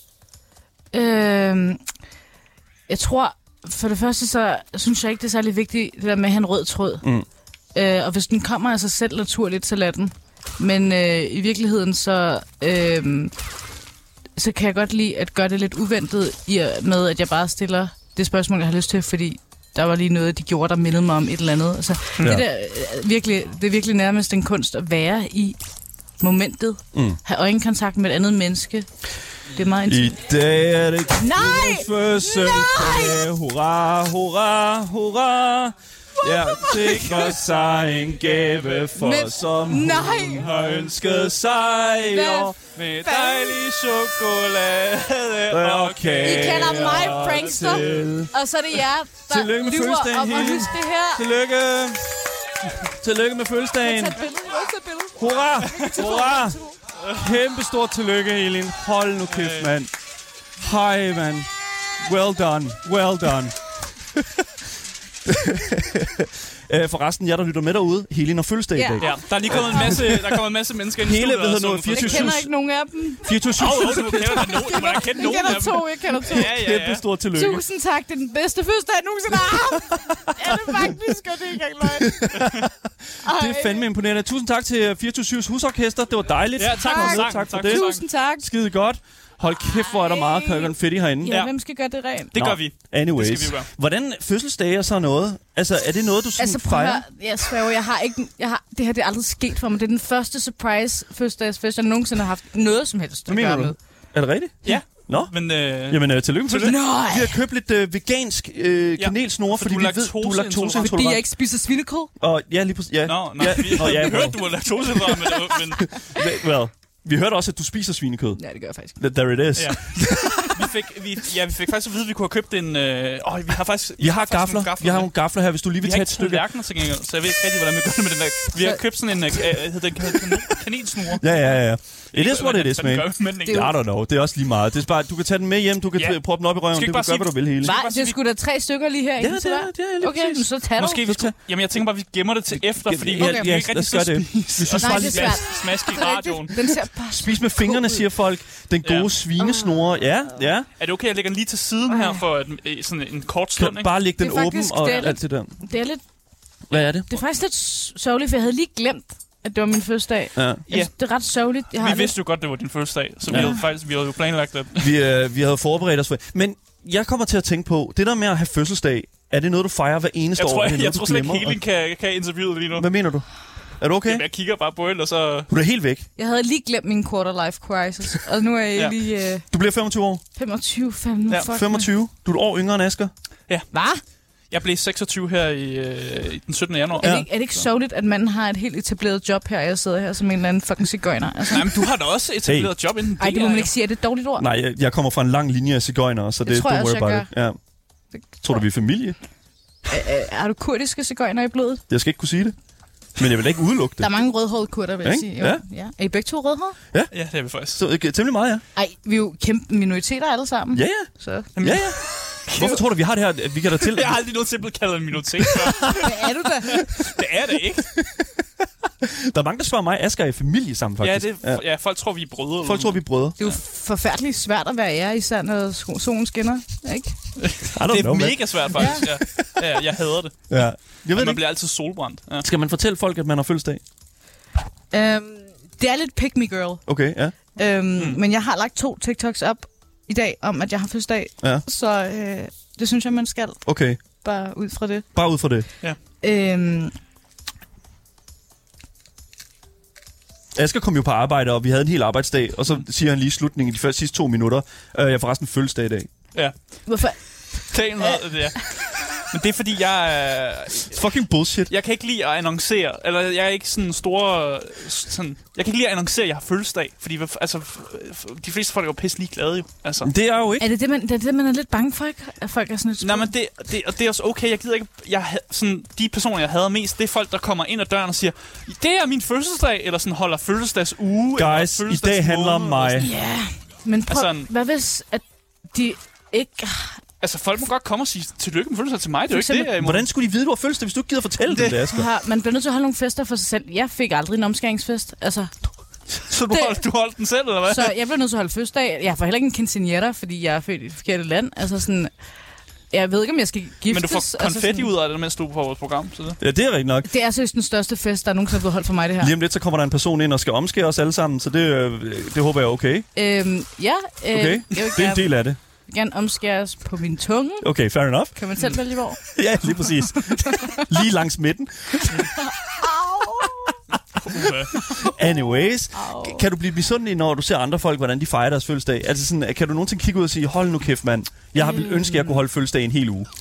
Jeg tror... For det første, så synes jeg ikke, det er særlig vigtigt, det der med at have en rød tråd. Og hvis den kommer af sig selv naturligt, så lad den. Men i virkeligheden, så kan jeg godt lide at gøre det lidt uventet med, at jeg bare stiller det spørgsmål, jeg har lyst til, fordi der var lige noget, de gjorde, der mindede mig om et eller andet. Altså, det er virkelig nærmest en kunst at være i momentet. Have øjenkontakt med et andet menneske. Det er meget intimt. I dag er det fødselsdag. Hurra, hurra, hurra. Jeg sikrer sig en gave for, som hun har ønsket sig. Med dejlig chokolade og kage. I kender mig, prankster. Og så er det jer, der lyver om at huske det her. Tillykke med fødselsdagen. Hurra, hurra. Kæmpe stort tillykke, Elin. Hold nu kæft, mand. Hej, mand. Well done. Forresten, jeg der lytter med derude, Helin har fødselsdag i dag. Ja, der er lige kommet en masse mennesker ind i studiet. Jeg kender ikke nogen af dem. 24/7. Du kender da kende nogen af dem. Jeg kender to. Kæmpe stort tillykke. Tusind tak, det er den bedste fødselsdag, jeg nogensinde har haft. Ja, det er faktisk, og det er ikke engang løgn. Det er fandme imponerende. Tusind tak til 24/7's husorkester. Det var dejligt. Ja, tak for det. Tusind tak. Skide godt. Hold kæft, hvor er der meget konfetti herinde. Ja, hvem skal gøre det rent? Det gør vi. Anyways. Det skal vi gøre. Hvordan fødselsdage er så noget? Altså, er det noget, du sådan fejrer? Jeg sværger, det her det er aldrig sket for mig. Det er den første surprise fødselsdagsfest, jeg nogensinde har haft noget som helst at gøre med. Er det rigtigt? Ja. Nå, men, jamen tillykke med det. Vi har købt lidt vegansk kanelsnore, fordi vi ved, du er laktoseintolerant. Fordi jeg ikke spiser svinekød? Og ja, lige præcis. Ja. Vi hørte, du er laktoseintolerant, men... Well, vi hørte også, at du spiser svinekød. Ja, det gør jeg faktisk. There it is. Ja. vi fik faktisk at vide, at vi kunne have købt en... vi har faktisk... Vi har gafler. Vi har nogle gafler her, hvis du lige vil tage et stykke. Vi har ikke til gengæld, så jeg ved ikke rigtig, hvordan vi gør det med den der. Vi har købt sådan en kanelsnure. Ja. It is what it is, man. I don't know. Det er også lige meget. Det er bare, du kan tage den med hjem, du kan proppe den op i røven, du kan gøre, hvad du vil hele. Det er sgu da 3 stykker lige her. Ja, det er okay, så tag måske jamen, jeg tænker bare, vi gemmer det til efter, fordi vi ikke rigtig skal spise. Vi synes bare lige smask i radioen. Spis med fingrene, siger folk. Den gode svinesnore. Ja. Er det okay, jeg lægger den lige til siden her for sådan en kort stund? Bare lægge den åben og alt det der. Det er lidt... Hvad er det? Det er faktisk lidt sørgeligt, for jeg havde lige glemt, at det var min fødselsdag. Ja. Det er ret sørgeligt. Vi vidste jo godt, det var din fødselsdag, så vi havde jo planlagt det. Vi havde forberedt os for. Men jeg kommer til at tænke på, det der med at have fødselsdag, er det noget, du fejrer hver eneste år? Jeg tror slet ikke, Helen kan interviewet lige nu. Hvad mener du? Er du okay? Jamen, jeg kigger bare på hende, og så... Du er helt væk. Jeg havde lige glemt min quarter-life crisis, og nu er jeg lige... Du bliver 25 år? 25. 25? Du er et år yngre end Asger? Ja. Hvad? Jeg blev 26 her i den 17. januar. Er det ikke sørgeligt, at man har et helt etableret job her, og jeg sidder her som en eller anden fucking cigøjner? Altså. Nej, men du har da også etableret job inden. Ej, det må man ikke sige. Er det et dårligt ord? Nej, jeg kommer fra en lang linje af cigøjnere, så det tror jeg også, jeg gør. Ja. Tror du, vi er familie? Er du kurdiske cigøjner i blodet? Jeg skal ikke kunne sige det. Men jeg vil da ikke udelukke det. Der er mange rødhårede kurder, vil jeg sige. Ja. Er I begge to rødhårede? Ja, det er vi faktisk. Så temmelig meget, ja. Ej, vi er jo kæmpe minoriteter alle sammen. Ja. Så. Ja. Hvorfor tror du, vi har det her? Vi kan da til... Jeg har aldrig noget simpelt kaldet en minoritet. Hvad er du da? Det er det ikke. Der er mange, der spørger mig, Asger er i familie sammen, faktisk. Ja, folk tror, vi er brødre. Folk tror, vi er brødre. Det er jo forfærdeligt svært at være ære, især når solen skinner, ikke? Det er mega svært, faktisk. Ja, jeg hader det. Ja. Man bliver altid solbrændt. Ja. Skal man fortælle folk, at man har fødselsdag? Det er lidt pick me girl. Okay, ja. Men jeg har lagt 2 TikToks op i dag, om at jeg har fødselsdag. Ja. Så det synes jeg, man skal. Okay. Bare ud fra det. Bare ud fra det? Ja. Asger kom jo på arbejde, og vi havde en hel arbejdsdag, og så siger han lige i slutningen i de sidste 2 minutter, jeg får forresten fødselsdag i dag. Ja. Hvorfor? Men det er fordi, jeg er... Fucking bullshit. Jeg kan ikke lide at annoncere, eller jeg er ikke sådan store... Sådan, jeg kan ikke lide at annoncere, at jeg har fødselsdag, fordi altså, de fleste folk er jo pisse ligeglade jo. Altså. Det er jo ikke. Er det man er lidt bange for, ikke? At folk er sådan lidt... Nej, men det er også okay. Jeg gider ikke... de personer, jeg hader mest, det er folk, der kommer ind ad døren og siger, det er min fødselsdag, eller sådan holder fødselsdagsuge. Guys, i dag handler om mig. Ja, men prøv, hvad hvis, at de ikke... Altså, folk må godt komme og sige tillykke med fødselsdag til mig. Det er jo ikke det. Hvordan skulle de vide, du har fødselsdag, hvis du ikke gider fortælle det, Asger? Man bliver nødt til at holde nogle fester for sig selv. Jeg fik aldrig en omskæringsfest. Altså, så du holdt den selv, eller hvad? Så jeg blev nødt til at holde fødselsdag. Jeg får heller ikke en quinceañera, fordi jeg er født i det forkerte land. Altså sådan... Jeg ved ikke, om jeg skal giftes. Men du får konfetti ud af det, mens du er på vores program. Så det. Ja, det er rigtigt nok. Det er seriøst den største fest, der er nogensinde blevet holdt for mig, det her. Lige om lidt, så kommer der en person ind og skal omskære os alle sammen, så det håber jeg er okay. Ja. Okay, det er en del af det. Jeg vil gerne omskæres på min tunge. Okay, fair enough. Kan man selv vælge hvor? Ja, lige præcis. Lige langs midten. Anyways, kan du blive misundelig, når du ser andre folk, hvordan de fejrer deres fødselsdag? Altså sådan, kan du nogensinde kigge ud og sige, hold nu kæft, mand. Jeg ville ønske, at jeg kunne holde fødselsdag en hel uge.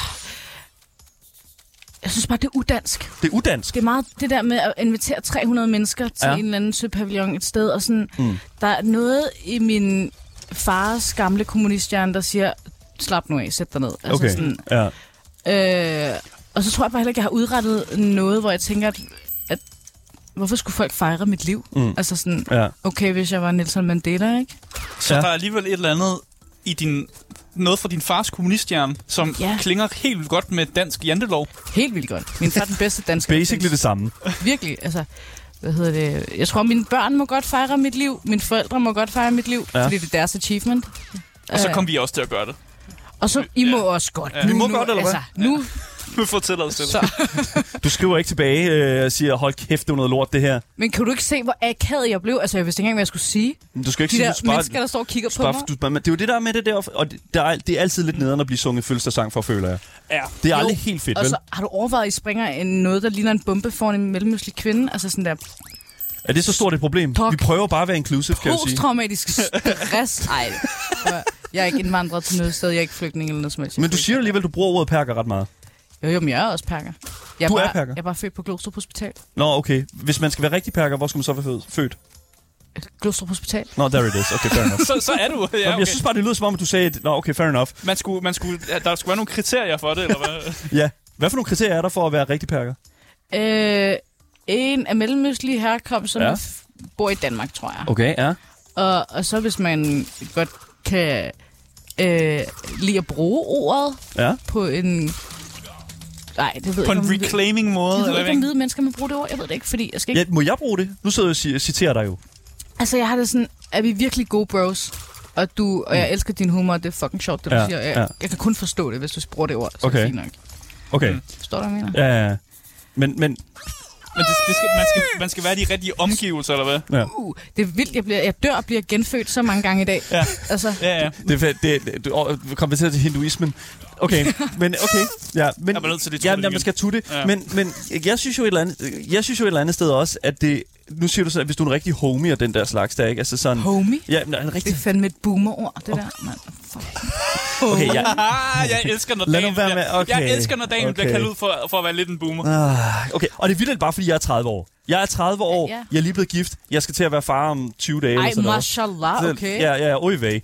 Jeg synes bare, det er udansk. Det er udansk? Det er meget det der med at invitere 300 mennesker til en eller anden søpavillon et sted, og sådan, der er noget i min fars gamle kommunisthjerne, der siger, slap nu af, sæt dig ned. Altså okay, sådan, og så tror jeg bare heller ikke, jeg har udrettet noget, hvor jeg tænker, at hvorfor skulle folk fejre mit liv? Altså sådan, okay, hvis jeg var Nelson Mandela, ikke? Så der er alligevel et eller andet i noget fra din fars kommunisthjerne, som klinger helt vildt godt med dansk jantelov. Helt vildt godt. Min far er den bedste danske. Basically det samme. Virkelig, altså... Jeg tror, mine børn må godt fejre mit liv. Mine forældre må godt fejre mit liv, fordi det er deres achievement. Og så kommer vi også til at gøre det. Og så I må også godt. Ja. Vi må godt, eller hvad? Altså, nu Du får tilladelse til det. Du skriver ikke tilbage og siger, hold kæft, det er noget lort, det her. Men kan du ikke se, hvor akavet jeg blev? Altså, jeg vidste ikke engang, hvad jeg skulle sige. Du skal ikke de sige, der mennesker, der står og kigger på mig. Det er jo det der med det der, og det er altid lidt nederen at blive sunget fødselsdagssang for, føler jeg. Ja. Det er aldrig helt fedt, og vel? så har du overvejet, at I springer noget, der ligner en bombe foran en mellemøstlig kvinde? Altså sådan der... Er det så stort et problem? Vi prøver bare at være inclusive, kan jeg sige. Posttraumatisk stress. Ej, jeg er ikke indvandret til noget sted. Jeg er ikke flygtning eller noget som helst. Men du siger alligevel, du bruger ordet perker ret meget. Jo, men jeg er også perker. Du er perker? Jeg er bare født på Glostrup Hospital. Nå, okay. Hvis man skal være rigtig perker, hvor skal man så være født? Glostrup Hospital. Nå, there it is. Okay, fair enough. så er du. Ja, okay. Jeg synes bare, det lyder som om, at du sagde, nå, okay, fair enough. Der skulle være nogle kriterier for det, eller hvad? Ja. Hvad for nogle kriterier er der for at være rigtig perker? En af mellemøstlige herkomst, som bor i Danmark, tror jeg. Okay, ja. Og så hvis man godt kan lide at bruge ordet på en... Nej, det ved på jeg en reclaiming måde? Jeg ved ikke, om hvide mennesker må bruge det ord. Jeg ved det ikke, fordi jeg skal ikke... Ja, må jeg bruge det? Nu sidder jeg og citerer dig jo. Altså, jeg har det sådan, er vi virkelig gode bros? Og jeg elsker din humor, det er fucking sjovt, det du siger. Jeg kan kun forstå det, hvis du bruger det ord, så er det fint nok. Okay. Forstår du, hvad jeg mener? Ja. Men man skal være i de rigtige omgivelser, eller hvad? Ja. Det er vildt, jeg dør og bliver genfødt så mange gange i dag. Ja. Altså. Ja. Du konverterer til hinduismen. Okay, men okay. Ja, men man skal tutte. Ja. Men jeg synes jo et eller andet sted også, at det... Nu siger du så, at hvis du er en rigtig homie og den der slags der, ikke? Altså sådan... Homie? Ja, en rigtig... Det er fandme et boomer-ord, det der, mand. Okay, jeg elsker, når Daniel bliver kaldt ud for at være lidt en boomer. Okay, og det er vildt bare, fordi jeg er 30 år. Jeg er 30 år, jeg er lige blevet gift, jeg skal til at være far om 20 dage. Ej, mashallah, okay. Ja, oj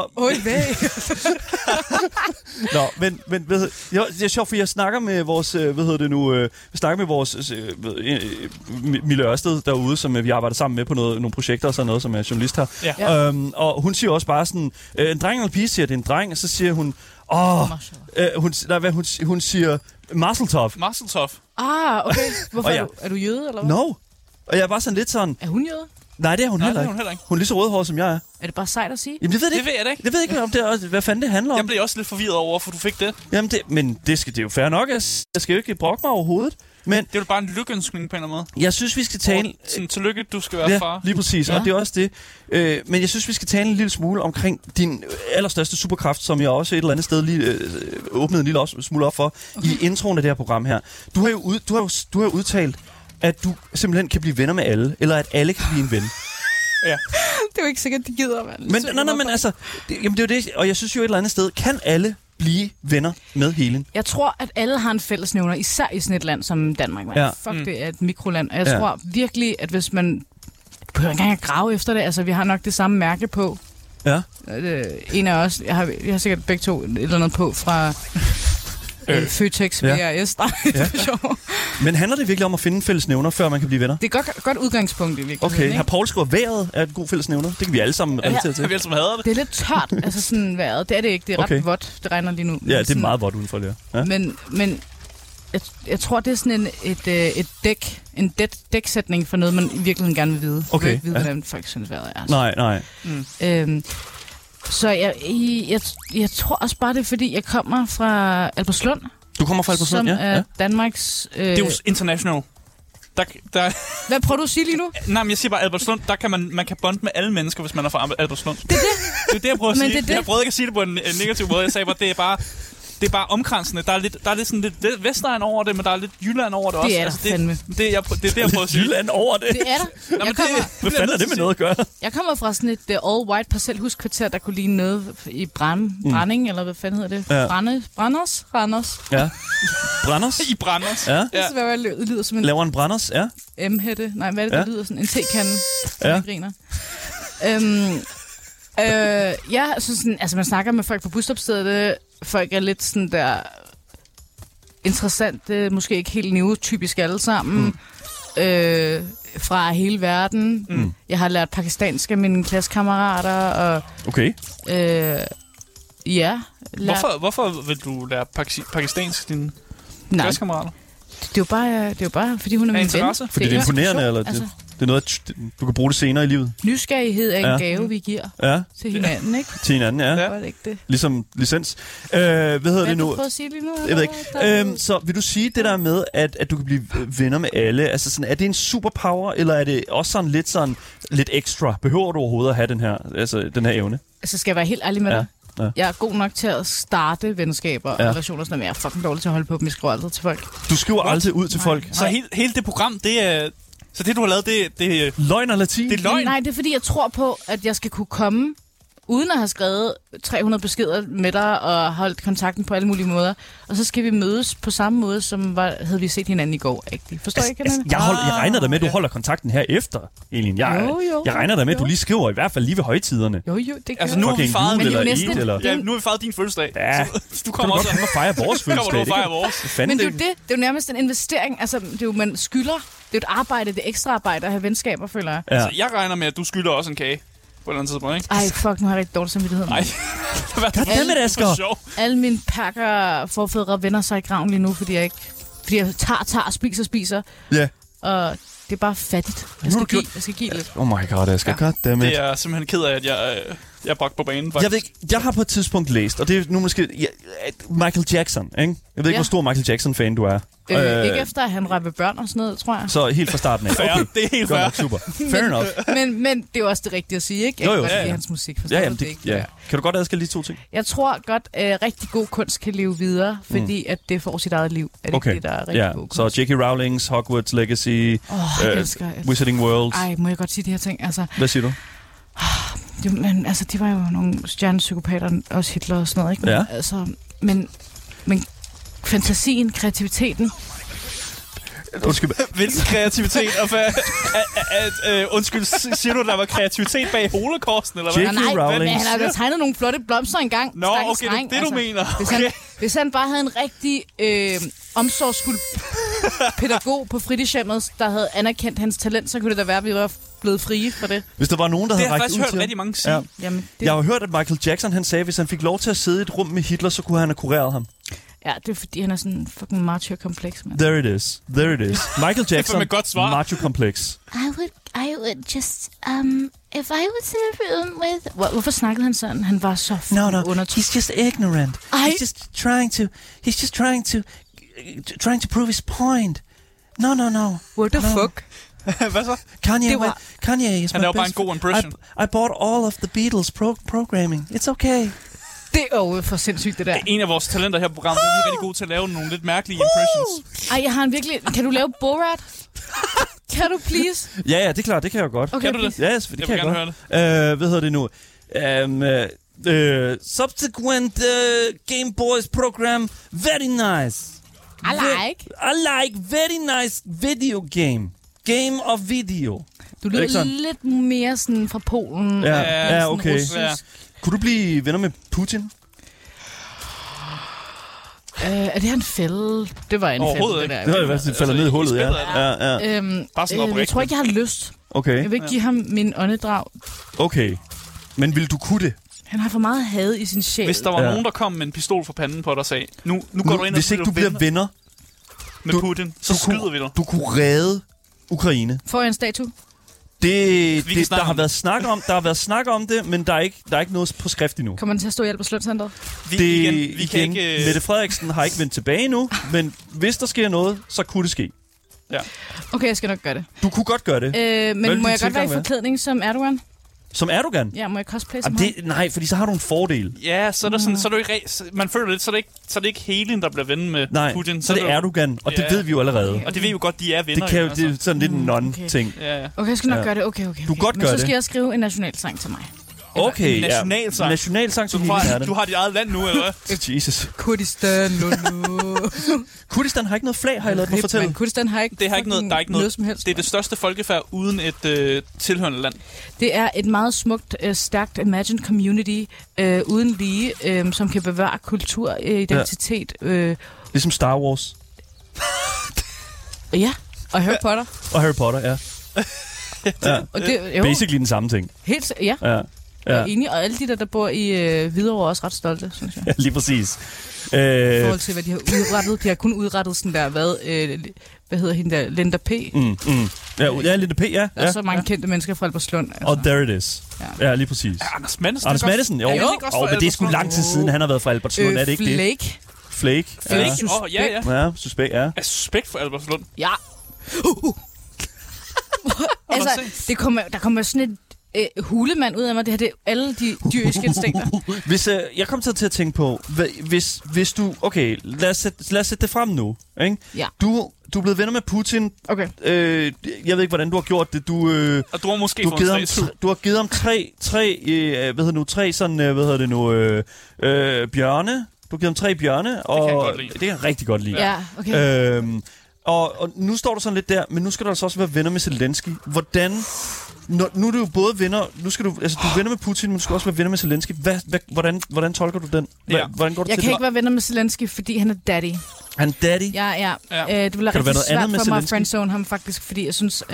Nå, men det er sjovt, for jeg snakker med vores, vi snakker med vores Mille Ørsted derude, som vi arbejder sammen med på nogle projekter og sådan noget, som er journalist her. Ja. Og hun siger også bare sådan, en dreng eller pige siger, det er en dreng, og så siger hun, hun siger, Mazel tov. Mazel tov. Okay. Hvorfor er du jøde, eller hvad? No. Og jeg er bare sådan lidt sådan... Er hun jøde? Nej, det er hun heller ikke. Hun er lige så rødhåret, som jeg er. Er det bare sejt at sige? Jamen, det ved jeg ikke. Jeg ved ikke, om det er, hvad fanden det handler om. Jeg blev også lidt forvirret over, for du fik det. Jamen, det er jo fair nok. Jeg skal jo ikke brokke mig overhovedet. Men det er jo bare en lykønskning på en eller anden måde. Jeg synes, vi skal tale... Sådan, tillykke, du skal være far. Lige præcis, og det er også det. Men jeg synes, vi skal tale en lille smule omkring din allerstørste superkraft, som jeg også et eller andet sted lige åbnede en lille smule op for i introen af det her program her. Du har jo udtalt, at du simpelthen kan blive venner med alle, eller at alle kan blive en ven. Ja. Det er jo ikke sikkert, de gider, mand. Men altså... Jamen, det er jo det, og jeg synes jo et eller andet sted, kan alle blive venner med Helen? Jeg tror, at alle har en fællesnævner, især i sådan et land som Danmark. Ja. Fuck, det er et mikroland. Og jeg tror virkelig, at hvis man... Du behøver ikke engang at grave efter det. Altså, vi har nok det samme mærke på. Ja. En af os... Jeg har sikkert begge to et eller andet på fra... Føtex, VRS, Men handler det virkelig om at finde en fællesnævner, før man kan blive venner? Det er godt udgangspunkt i virkeligheden. Okay, har Paul skriver, vejret er et god fællesnævner? Det kan vi alle sammen relatere til. Vi alle sammen hader det. Det er lidt tørt, altså sådan vejret. Det er det ikke, det er ret vådt. Det regner lige nu. Ja, det er meget vådt udenfor det. Ja. Men jeg tror, det er sådan en dæksætning for noget, man i virkeligheden gerne vil vide. Okay. Jeg vil ikke vide, hvordan folk synes, vejret er. Nej. Så jeg tror også bare, det er, fordi jeg kommer fra Albertslund. Du kommer fra Albertslund, som er Danmarks... Det er jo international. Hvad prøver du at sige lige nu? Nej, men jeg siger bare, Albertslund, der kan man kan bonde med alle mennesker, hvis man er fra Albertslund. Det er det. Det er det, jeg prøver at sige. Jeg prøvede ikke at sige det på en negativ måde. Jeg sagde bare, det er bare omkransende. Der er lidt sådan lidt Vestegn over det, men der er lidt Jylland over det også. Det er der fandme. Det er det, jeg prøver at sige. Jylland over det? Det er der. Hvad fanden er det med noget at gøre? Jeg kommer fra sådan et all-white parcelhuskvarter, der kunne ligne noget i Branding, eller hvad fanden hedder det? Ja. Randers? Ja. Branders? I Branders? Ja. Det lyder som en... Laver en Branders, ja. M-hætte. Nej, hvad er det, der lyder sådan? En tekande, som jeg griner. Så sådan, altså man snakker med folk på busstopstedet, folk er lidt sådan der interessant, måske ikke helt neurotypisk alle sammen, fra hele verden. Jeg har lært pakistansk af mine klassekammerater, og... Okay. Hvorfor vil du lære pakistansk dine klassekammerater? Det er jo bare, fordi hun er min ven. Fordi det er imponerende, eller det? Altså, Det er noget, du kan bruge det senere i livet. Nysgerrighed er en gave, vi giver til hinanden, ikke? Til hinanden, ja. Var det ikke det? Ligesom licens. Hvad hedder det nu? Hvad prøver at sige lige nu? Jeg ved ikke. Så vil du sige det der med, at du kan blive venner med alle? Altså sådan, er det en superpower, eller er det også sådan lidt ekstra? Behøver du overhovedet at have den her evne? Altså, skal jeg være helt ærlig med dig? Ja. Jeg er god nok til at starte venskaber og relationer, sådan, men jeg er fucking dårlig til at holde på dem. Jeg skriver aldrig til folk. Du skriver aldrig ud til folk? Så hele det program, det er... Så det, du har lavet, det er... Løgn og latin? Det er løgn? Nej, det er fordi, jeg tror på, at jeg skal kunne komme, uden at have skrevet 300 beskeder med dig og holdt kontakten på alle mulige måder. Og så skal vi mødes på samme måde, som havde vi set hinanden i går. Ikke? Forstår ikke? Jeg regner da med, at du holder kontakten her efter, Elin. Jeg regner da med, at du lige skriver i hvert fald lige ved højtiderne. Jo, det kan altså, nu har vi fejret nu har vi fejret din fødselsdag. Ja, så du kommer også og fejre vores fødselsdag. Men det er jo nærmest en investering. Altså, det er jo, man skylder. Det er et arbejde, det er ekstra arbejde at have venskaber, føler jeg. Ja. Altså, jeg regner med, at du skylder også en kage på et eller andet tidspunkt, ikke? Ej, fuck, nu har jeg rigtig dårlig samvittighed. Nej. Goddammit, Asger! Alle mine pakker forfædre vender sig i graven lige nu, fordi jeg tager og spiser. Ja. Og det er bare fattigt. Jeg skal give lidt. Oh my god, Asger. Ja. Goddammit. Det er simpelthen ked af, at jeg er bragt på banen, faktisk. Jeg har på et tidspunkt læst, og det er nu måske... Michael Jackson, ikke? Jeg ved ikke, hvor stor Michael Jackson-fan du er. Ikke efter, at han rører ved børn og sådan noget, tror jeg. Så helt fra starten af. Okay, det er helt fair. Super. Fair enough. Men det er jo også det rigtige at sige, ikke? Jeg kan godt lide hans musik. Kan du godt adskille de to ting? Jeg tror godt, rigtig god kunst kan leve videre, fordi at det får sit eget liv. Er det ikke det, der er rigtig god kunst? Så J.K. Rowling's Hogwarts Legacy, Wizarding World. Ej, må jeg godt sige de her ting? Altså, hvad siger du? Men altså, de var jo nogle stjernepsykopater, også Hitler og sådan noget, ikke? Ja. Altså, men fantasien, kreativiteten. Hvilken kreativitet? Undskyld, siger du, der var kreativitet bag Holocausten, eller hvad? Nej, men han har jo tegnet nogle flotte blomster engang. Nå, okay, det er det, du mener. Hvis han bare havde en rigtig omsorgsfuld pædagog på fritidshjemmet, der havde anerkendt hans talent, så kunne det da være, at vi var blevet frie for det. Hvis der var nogen, der havde rækket ud til... Det har jeg faktisk hørt rigtig mange sige. Ja. Jamen, jeg har hørt, at Michael Jackson, han sagde, at hvis han fik lov til at sidde i et rum med Hitler, så kunne han have kureret ham. Ja, det er fordi, han er sådan en fucking macho-kompleks, man. There it is. Michael Jackson, macho-kompleks. I would just, if I was in a room with... Hvorfor snakkede han sådan? Han var så undertrykt. He's just ignorant. He's just trying to prove his point. No. What the fuck? Hvad så? Kanye is my best. Han er jo bare en god impression. I bought all of the Beatles programming. It's okay. Det er jo for sindssygt, det der. En af vores talenter her på programmet, er vi rigtig gode til at lave nogle lidt mærkelige impressions. Ej, jeg har en virkelig... Kan du lave Borat? Kan du, please? Ja, det er klart, det kan jeg godt. Okay, kan du det? Ja, det kan jeg godt. Høre det. Hvad hedder det nu? Subsequent Game Boys program, very nice. I like very nice video game. Game of video. Du lyder lidt mere sådan fra Polen. Ja, okay. Kunne du blive venner med Putin? Er det en fælde? Det var en fælde, det der. Det var i hvert fald faldet ned i hullet, ja. Jeg tror ikke, jeg har lyst. Okay. Jeg vil ikke give ham min åndedrag. Okay. Men vil du kunne det? Han har for meget had i sin sjæl. Hvis der var nogen, der kom med en pistol for panden på dig og sagde, nu går du ind og hvis ikke du bliver venner med Putin, så skyder vi dig. Du kunne redde Ukraine. Får jeg en statue? Der har været snak om det, men der er ikke noget på skrift endnu. Kommer den til at stå i Albertslundcenteret? Vi kan ikke... Mette Frederiksen har ikke vendt tilbage endnu, men hvis der sker noget, så kunne det ske. Ja. Okay, jeg skal nok gøre det. Du kunne godt gøre det. Men må jeg godt være i forklædning som Erdogan? Som Erdogan? Ja, må jeg cosplay som ham? Nej, fordi så har du en fordel. Ja, så er der sådan, så er du ikke man føler lidt, så er det ikke Helen, der bliver ven med Putin. Så er det Erdogan, og det ved vi jo allerede. Okay. Og det ved vi jo godt, de er venner. Det er sådan lidt en non-ting. Okay, jeg skal nok gøre det. Okay. Du godt gøre det. Men så skal jeg skrive en nationalsang til mig. Okay, nationalsang. Nationalsang til hele verden. Du har dit eget land nu, eller hvad? Jesus. Kurdistan, Kurdistan har ikke noget flag, har jeg lavet mig fortælle. Men Kurdistan har ikke, der er ikke noget som helst. Det er det største folkefærd uden et tilhørende land. Det er et meget smukt, stærkt Imagine Community, uden lige, som kan bevare kultur, identitet. Ligesom Star Wars. Ja, og Harry Potter. Og Harry Potter, ja. Og det, basically den samme ting. Helt, ja. Jeg er enig, og alle de der bor i Hvidovre er også ret stolte, synes jeg. Ja, lige præcis. I forhold til, hvad de har udrettet. De har kun udrettet sådan der, hvad hedder hende der? Linda P. Ja, Linda P, ja. Der er så mange kendte mennesker fra Albertslund. Altså. Og there it is. Ja, lige præcis. Ja, Anders Madsen. Anders Madsen, jo. Men det er sgu lang tid siden, han har været fra Albertslund, er det ikke det? Flake. Ja. Ja, suspekt, ja. Er suspekt for Albertslund? Ja. Altså, der kommer sådan et hulemand ud af mig. Det her, det er alle de dyriske instinkter. Hvis jeg kom til at tænke på, hvis du... Okay, lad os sætte det frem nu. Ikke? Ja. Du er blevet venner med Putin. Okay. Jeg ved ikke, hvordan du har gjort det. Du har måske du har givet ham tre bjørne. Du har givet ham 3 bjørne, og det kan jeg rigtig godt lide. Ja, okay. Og nu står du sådan lidt der, men nu skal du altså også være venner med Zelensky. Hvordan... Nu er du jo både venner... Nu skal du... Altså, du er venner med Putin, men du skal også være venner med Zelensky. Hvordan tolker du den? Hvordan går du jeg til kan ikke være venner med Zelensky, fordi han er daddy. Han er daddy? Ja. Det vil være rigtig svært for mig at friendzone ham, faktisk, fordi jeg synes...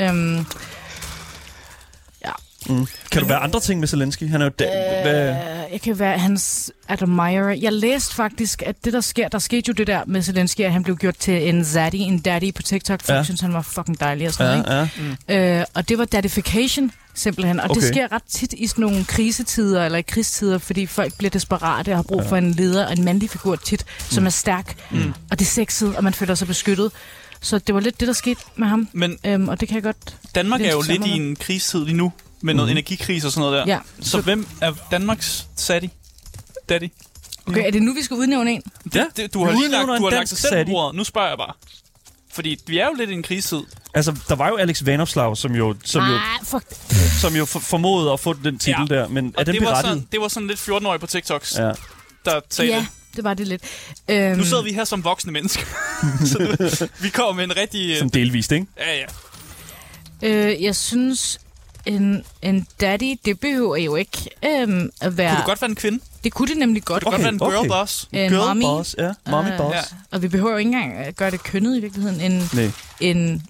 Kan du være andre ting med Zelensky? Han er jo jeg kan være hans admirer. Jeg læste faktisk, at det der skete jo det der med Zelensky, at han blev gjort til en daddy på TikTok, for jeg synes, han var fucking dejlig og sådan noget. Og det var daddification, simpelthen. Og det sker ret tit i sådan nogle krisetider eller i krigstider, fordi folk bliver desperate og har brug for en leder og en mandlig figur tit, som er stærk. Og det er sexet, og man føler sig beskyttet. Så det var lidt det, der skete med ham. Men og det kan jeg godt... Danmark er jo lidt i en krigstid lige nu, med noget energikrise og sådan noget der. Ja, så hvem er Danmarks daddy? Okay, er det nu, vi skal udnævne en? Du har lagt sig selv på bordet. Nu spørger jeg bare. Fordi vi er jo lidt i en krigstid. Altså, der var jo Alex Vanopslagh, som jo formodede at få den titel der, men er den berettiget? Det var sådan lidt 14-årig på TikToks, der sagde det. Det var det lidt. Nu sidder vi her som voksne mennesker. Så vi kommer med en rigtig... Som delvist, ikke? Ja. Jeg synes... En daddy, det behøver jo ikke at være... Kunne det godt være en kvinde? Det kunne det nemlig godt. Det kunne godt være en girl boss. Girl boss, ja. Mommy boss. Ja. Og vi behøver jo ikke engang at gøre det kønnet i virkeligheden. En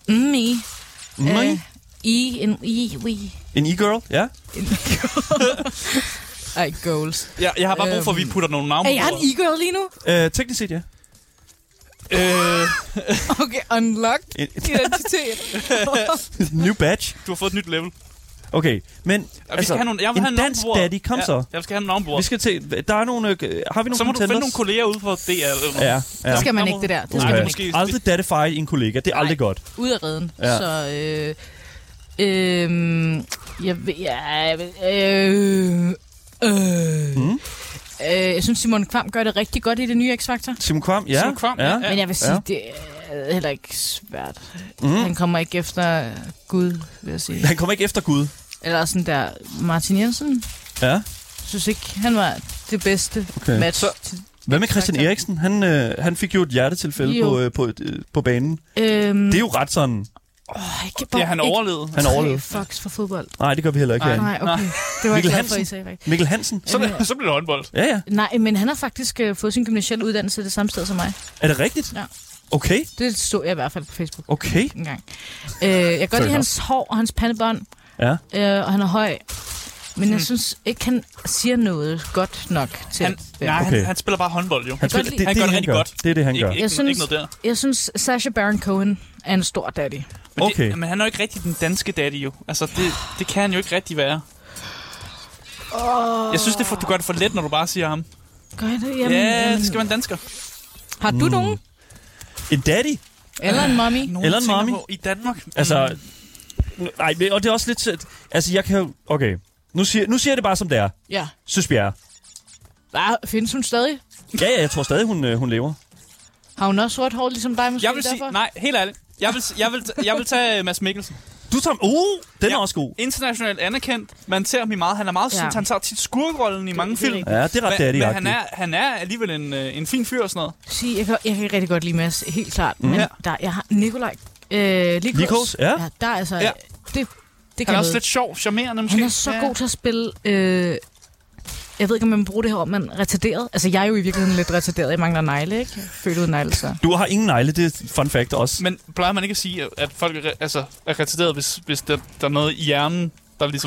e-girl, ja. Ej, goals. Jeg har bare brug for, at vi putter nogle navne på. Er jeg en e-girl lige nu? Teknisk set, ja. Okay, unlocked identitet. New badge. Du har fået et nyt level. Okay, men altså, en dansk daddy, kom så. Jeg skal have en navnbord. Vi skal til, der er nogle, har vi nogle så må du finde nogle kolleger ude for DR. Ja. Det skal man ikke, det der. Det skal man ikke. Aldrig daddify en kollega, det er aldrig godt. Ud af redden. Ja. Så, jeg synes, Simon Kvam gør det rigtig godt i det nye X-Factor. Simon Kvam, ja. Men jeg vil sige, det er heller ikke svært. Han kommer ikke efter Gud, vil jeg sige. Han kommer ikke efter Gud? Eller sådan der Martin Jensen. Ja. Jeg synes ikke, han var det bedste match. Hvad med Christian Eriksen? Han fik jo et hjertetilfælde på banen. Det er jo ret sådan... han overlevede. Han overlevede. Fucks for fodbold. Nej, det gør vi heller ikke. Nej, okay. Det var Mikkel glad for, I sagde rigtigt. Mikkel Hansen. Så blev det håndbold. Ja. Nej, men han har faktisk fået sin gymnasielle uddannelse det samme sted som mig. Er det rigtigt? Ja. Okay. Det stod jeg i hvert fald på Facebook. Okay. En gang. Jeg kan godt lide hans hår og hans pandebånd. Ja. Og han er høj. Men jeg synes ikke, han siger noget godt nok til... Han spiller bare håndbold, jo. Han gør det rigtig godt. Det er det, han gør. Jeg synes Sacha Baron Cohen er en stor daddy. Men han er jo ikke rigtig den danske daddy, jo. Altså, det kan han jo ikke rigtig være. Jeg synes, du gør det for let, når du bare siger ham. Gør det? Jamen, det skal være en dansker. Har du nogen? En daddy? Eller en mommy? Eller en mommy? I Danmark? Altså... Nej, og det er også lidt... Altså, jeg kan jo... Okay. Nu siger jeg det bare, som det er. Ja. Søsbjerre. Findes hun stadig? Ja, jeg tror stadig, hun lever. Har hun også rødt hår, ligesom dig, måske? Jeg vil sige... Nej, helt ærligt. Jeg vil tage Mads Mikkelsen. Du tager... den er også god. Internationalt anerkendt. Man ser ham i meget. Han er meget han tager tit skurkerollen i mange film. Ja, det er ret daddy. Men han er alligevel en fin fyr og sådan noget. Jeg kan rigtig godt lide Mads, helt klart. Men jeg har Nikolaj Likos. Ja. Der er altså... Ja. Det han er også lidt sjov, charmerende måske. Han er så god til at spille... jeg ved ikke, om man bruger det her om, men retarderet. Altså, jeg er jo i virkeligheden lidt retarderet. Jeg mangler negle, ikke? Født uden negle, så... Du har ingen negle, det er fun fact også. Men plejer man ikke at sige, at folk er retarderet, hvis der er noget i hjernen, der ligesom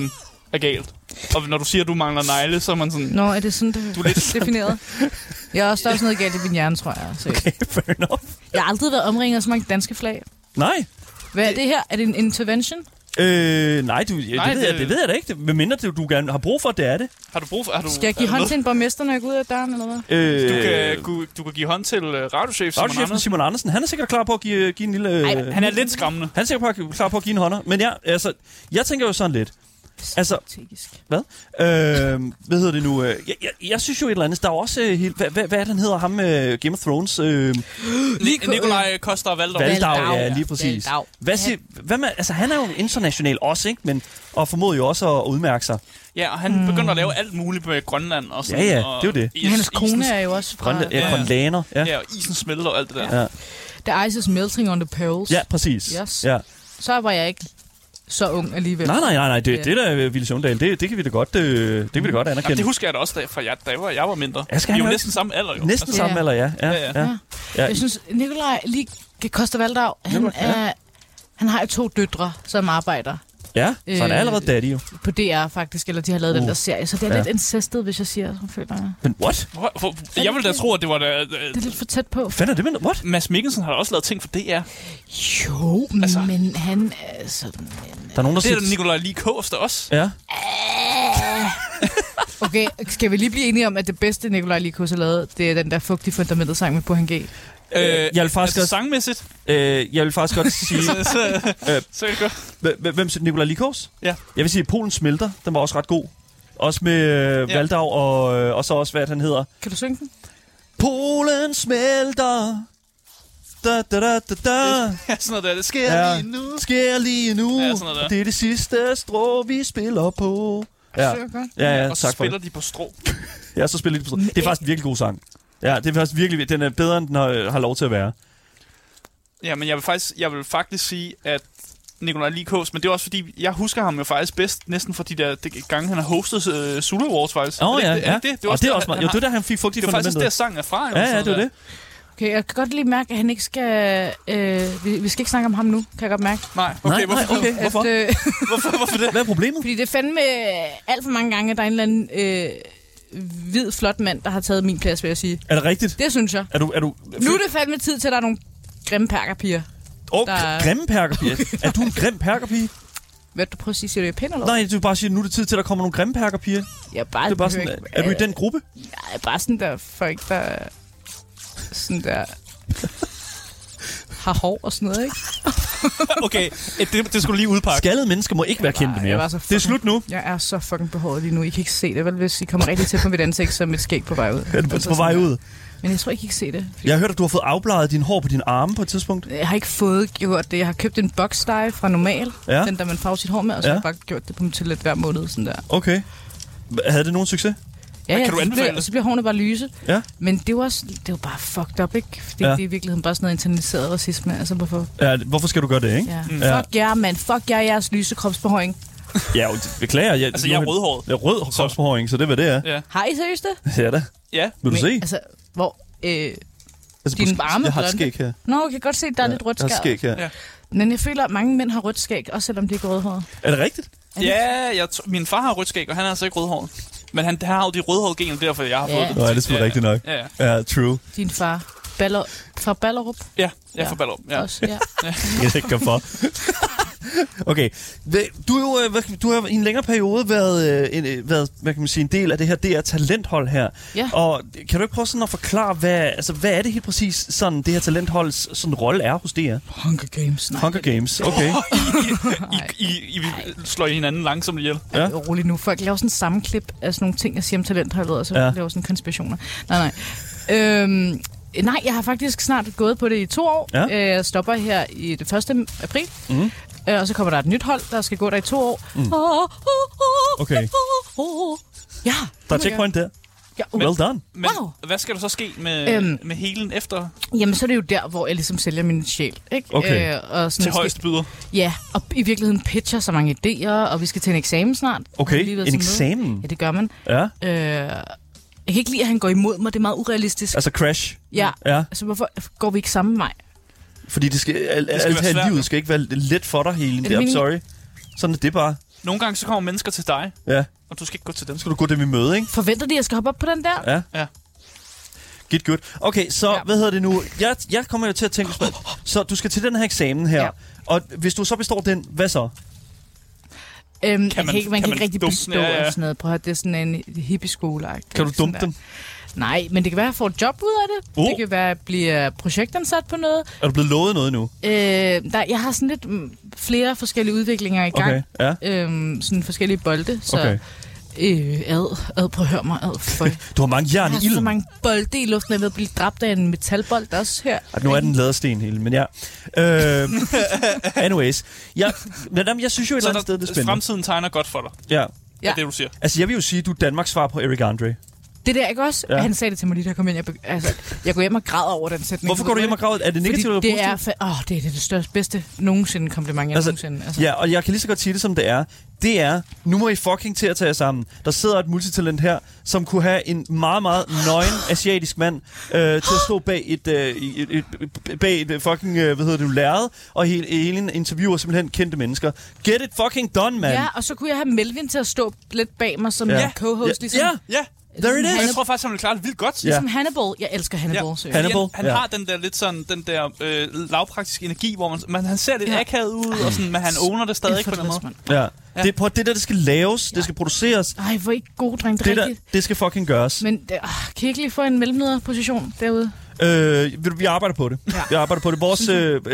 er galt. Og når du siger, at du mangler negle, så er man sådan... Nå, er det sådan, det er lidt defineret? Jeg har også noget galt i min hjerne, tror jeg. Så. Okay, fair enough. Jeg har aldrig været omringet af så mange danske flag. Nej. Hvad er det her? Er det en intervention? Nej, det ved jeg da ikke. Hvad mindre du gerne har brug for, det er det. Har du brug for... Skal jeg give hånd til en borgmester, når jeg går ud af døren, eller hvad? Du kan give hånd til radiochef Simon Andersen. Han er sikkert klar på at give en lille... Ej, han er lidt skræmmende. Han er sikkert klar på at give en hånder. Men ja, altså, jeg tænker jo sådan lidt... Altså, hvad? Hvad hedder det nu? Jeg synes jo et eller andet. Der er også helt... Hvad er den hedder ham med Game of Thrones? Nikolaj Coster-Waldau. Waldau, ja, lige præcis. Hvad med, altså, han er jo international også, ikke? Men, og formoder jo også at udmærke sig. Ja, og han begynder at lave alt muligt med Grønland og sådan. Ja, det er jo det. Hans kone er jo også fra... Grønlaner. Ja, og isen smelter og alt det der. Ja. The ice is melting on the poles. Ja, præcis. Yes. Ja. Så var jeg ikke så ung alligevel. Nej. Det der Ville Sundal, det kan vi da godt, anerkende. Jamen, det husker jeg da også, fra jeg var mindre. Vi er jo næsten samme alder, jo. Næsten samme alder, ja. Jeg synes, Nikolaj lige Coster-Waldau, han har jo 2 døtre, som arbejder. Ja, så han er allerede daddy jo. På DR faktisk, eller de har lavet den der serie, så det er lidt incestet, hvis jeg siger, så føler jeg. Men what? Jeg ville da tro, at det var da... Det er lidt for tæt på. Fanden er det med what? Mads Mikkelsen har da også lavet ting for DR. Jo, altså, men han er sådan... Der er nogen, der det er da Nikolaj Lie Koster også. Ja. Okay, skal vi lige blive enige om, at det bedste Nikolaj Lie Koster har lavet, det er den der fugtige fundamentet sang med Burhan G? Jeg vil faktisk godt sangmæssigt. Jeg vil faktisk godt sige. Så er det godt. Hvem siger Nikolaj Lie Koster? Ja. Jeg vil sige Polen smelter. Den var også ret god. Også med Waldau og så også hvad han hedder. Kan du synge den? Polen smelter. Da. Ja, sådan noget der. Det sker lige nu. Sker lige nu. Ja, sådan noget der. Det er det sidste strå, vi spiller på. Ja, og så spiller de på strå. Ja, så spiller de på strå. Det er faktisk en virkelig god sang. Ja, det er faktisk virkelig... Den er bedre, end den har lov til at være. Ja, men jeg vil faktisk sige, at Nikolaj Lie Koster, men det er også fordi, jeg husker ham jo faktisk bedst, næsten for de gange, han har hostet Zulu Awards faktisk. Ja. Det var også det er også meget. Jo, det er der, han fik fugtigt fundamentet. Det var faktisk der sang er fra. Ja, det var det. Okay, jeg kan godt lige mærke, at han ikke skal... vi skal ikke snakke om ham nu, kan jeg godt mærke. Nej, okay, hvorfor? Hvorfor det? Hvad er problemet? Fordi det er fandme alt for mange gange, at der er en eller anden hvid, flot mand, der har taget min plads, vil jeg sige. Er det rigtigt? Det synes jeg. Er du nu er det fandme tid til, at der er nogle grimme perkerpiger. Grimme perkerpiger? Er du en grim perkerpige? Hvad du prøver at sige? Siger du, jeg er pæn, eller? Nej, du bare siger, nu er det tid til, at der kommer nogle grimme perkerpiger. Jeg bare, det er, bare sådan, er du i den gruppe? Nej, bare sådan der folk, der... Sådan der... har hår og sådan noget, ikke? Okay, det skulle lige udpakke. Skaldede mennesker må ikke være kendte mere. Det er slut nu. Jeg er så fucking behåret lige nu. I kan ikke se det, vel? Hvis I kommer rigtig tæt på mit ansigt, så er mit skæg på vej ud. Er det på vej ud? Men jeg tror ikke, I kan se det. Jeg har hørt, at du har fået afbladet din hår på dine arme på et tidspunkt. Jeg har ikke fået gjort det. Jeg har købt en boxdye fra Normal. Ja. Den, der man farver sit hår med, og så har jeg bare gjort det på mit toilet hver måned. Sådan der. Okay. Havde det nogen succes? Ja, kan du anbefale det? Så bliver hårene bare lyse. Ja. Men det var bare fucked up, ikke? Fordi det er i virkeligheden bare sådan noget internaliseret racisme. Altså, hvorfor? Ja, hvorfor skal du gøre det, ikke? Ja. Fuck jer, mand. Fuck jer, jeres lyse kropsbehøring. Ja, beklager. Jeg er rødhåret. Jeg er rød kropsbehøring, så det er, hvad det er. Ja. Har I seriøst det? Ja da. Ja. Vil du se? Altså, hvor... dine arme. Jeg har et skæg her. Nå, jeg kan godt se, at der er lidt rødt skæg. Jeg har skæg her. Ja. Men jeg føler, at mange mænd har rødt skæg, også selvom de er rødhåret. Er det rigtigt? Ja, min far har rødt skæg, og han er altså ikke rødhåret. Men han har jo de rødhårede gener, derfor jeg har fået det. Nå, det er selvfølgelig rigtigt nok. Ja, true. Din far. Fra Ballerup? Ja, fra Ballerup. Ja. Også, ja. Jeg ved ikke, hvorfor. Okay. Du har i en længere periode været hvad kan man sige, en del af det her DR Talenthold her. Ja. Og kan du ikke prøve sådan at forklare, hvad er det helt præcis, sådan det her talentholds sådan rolle er hos DR? Hunger Games. Hunger Games, okay. I slår hinanden langsomt ihjel. Ja. Rolig nu. Folk laver sådan en sammenklip af sådan nogle ting, jeg siger om talentholdet, og så laver sådan konspirationer. Nej. Nej, jeg har faktisk snart gået på det i 2 år. Ja. Jeg stopper her i det 1. april. Mm. Og så kommer der et nyt hold, der skal gå der i 2 år. Mm. Okay. Ja. Der er checkpoint der. Ja, well done. Men hvad skal der så ske med helen efter? Jamen, så er det jo der, hvor jeg ligesom sælger min sjæl. Ikke? Okay. Og sådan, til højeste byder? Ja, og i virkeligheden pitcher så mange idéer, og vi skal til en eksamen snart. Okay, en eksamen? Ja, det gør man. Ja. Jeg kan ikke lide, at han går imod mig. Det er meget urealistisk. Altså Crash? Ja. Altså, hvorfor går vi ikke samme vej? Fordi det skal alt her livet skal ikke være let for dig hele. I'm sorry. Sådan er det bare. Nogle gange så kommer mennesker til dig, og du skal ikke gå til dem. Skal du gå dem i møde, ikke? Forventer de, at jeg skal hoppe op på den der? Ja. Get good. Okay, så hvad hedder det nu? Jeg kommer jo til at tænke, så du skal til den her eksamen her, og hvis du så består den, hvad så? Man kan ikke rigtig bestå af sådan noget. Prøv at høre, det er sådan en hippie-skole. Kan du dumpe dem? Nej, men det kan være, at jeg får et job ud af det. Det kan være, at jeg bliver projektansat på noget. Er du blevet lovet noget nu? Jeg har sådan lidt flere forskellige udviklinger i gang. Sådan forskellige bolde, så... prøv at høre mig, Du har mange jern i ilden. Jeg har så mange bolde i luften, jeg ved at blive dræbt af en metalbold også her. Nu er den lædersten hele, men ja. Anyways. Jeg synes jo et eller andet sted, det er spændende. Fremtiden tegner godt for dig. Ja. Det du siger. Altså, jeg vil jo sige, at du er Danmarks svar på Eric Andre. Det der, ikke også? Ja. Han sagde det til mig lige, da jeg kom ind. Jeg går hjem og græder over den sætning. Hvorfor går du hjem og græder? Er det negativt eller positivt? Det er det største, bedste nogensinde kompliment, jeg nogensinde. Altså. Ja, og jeg kan lige så godt sige det, som det er. Det er, nu må I fucking til at tage jer sammen. Der sidder et multitalent her, som kunne have en meget, meget nøgen asiatisk mand til at stå bag et fucking, lærred, og hele en interviewer simpelthen kendte mennesker. Get it fucking done, man. Ja, og så kunne jeg have Melvin til at stå lidt bag mig som co-host. Ligesom. Ja. There it is. Jeg tror faktisk, han vil klare det vildt godt. Ligesom Hannibal. Jeg elsker Hannibal. Ja. Hannibal. Han har den der lidt sådan, den der lavpraktiske energi, hvor han ser lidt akavet ud, og sådan, men han owner det stadig på den måde. Ja. Det der, det skal laves, det skal produceres. Ej, hvor ikke god, dreng. Det skal fucking gøres. Men kan I ikke lige få en mellemlederposition derude? Vi arbejder på det. Ja. Vi arbejder på det. Vores,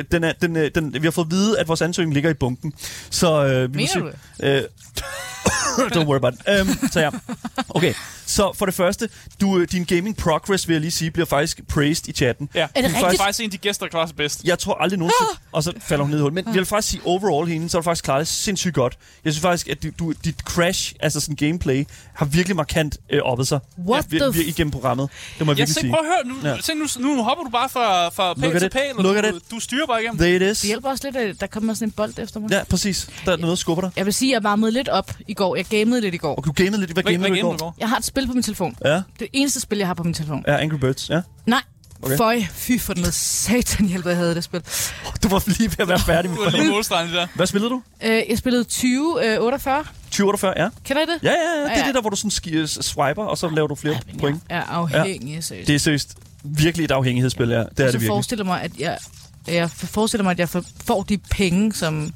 vi har fået at vide, at vores ansøgning ligger i bunken. Så vi mener må se. Don't worry about it. Så ja. Okay. Så for det første, din gaming progress, vil jeg lige sige, bliver faktisk praised i chatten. Ja. Er det faktisk en af de gæster, der klarer sig bedst? Jeg tror aldrig nogensinde, og så falder hun ned i hullet. Men jeg vil faktisk sige, overall hende, så har du faktisk klaret det sindssygt godt. Jeg synes faktisk, at dit crash, altså sådan gameplay, har virkelig markant oppet sig. Igennem programmet. Det må jeg virkelig sige. Prøv at høre, nu hopper du bare fra pæl til pæl, og du styrer bare igennem. Det hjælper også lidt, at der kommer sådan en bold efter mig. Ja, præcis. Der er noget, der skubber dig. Jeg vil sige, at jeg varmede lidt op i går. Jeg gamede lidt i går. Og du gamede lidt? Hvad gamede du i går? Jeg har et spil på min telefon. Ja. Det eneste spil, jeg har på min telefon. Ja, Angry Birds, ja. Nej. Okay. Fy for noget satan hjælp, jeg havde det spil. Du var lige ved at være færdig med lige målstregen der. Hvad spillede du? Jeg spillede 2048. 2048, ja. Kender I det? Ja. Det er det der, hvor du sådan swiper, og så laver du flere point. Jeg er afhængig, seriøst. Det er seriøst virkelig et afhængighedsspil, ja. Det er det virkelig. Forestiller mig, at jeg forestiller mig, at jeg får de penge, som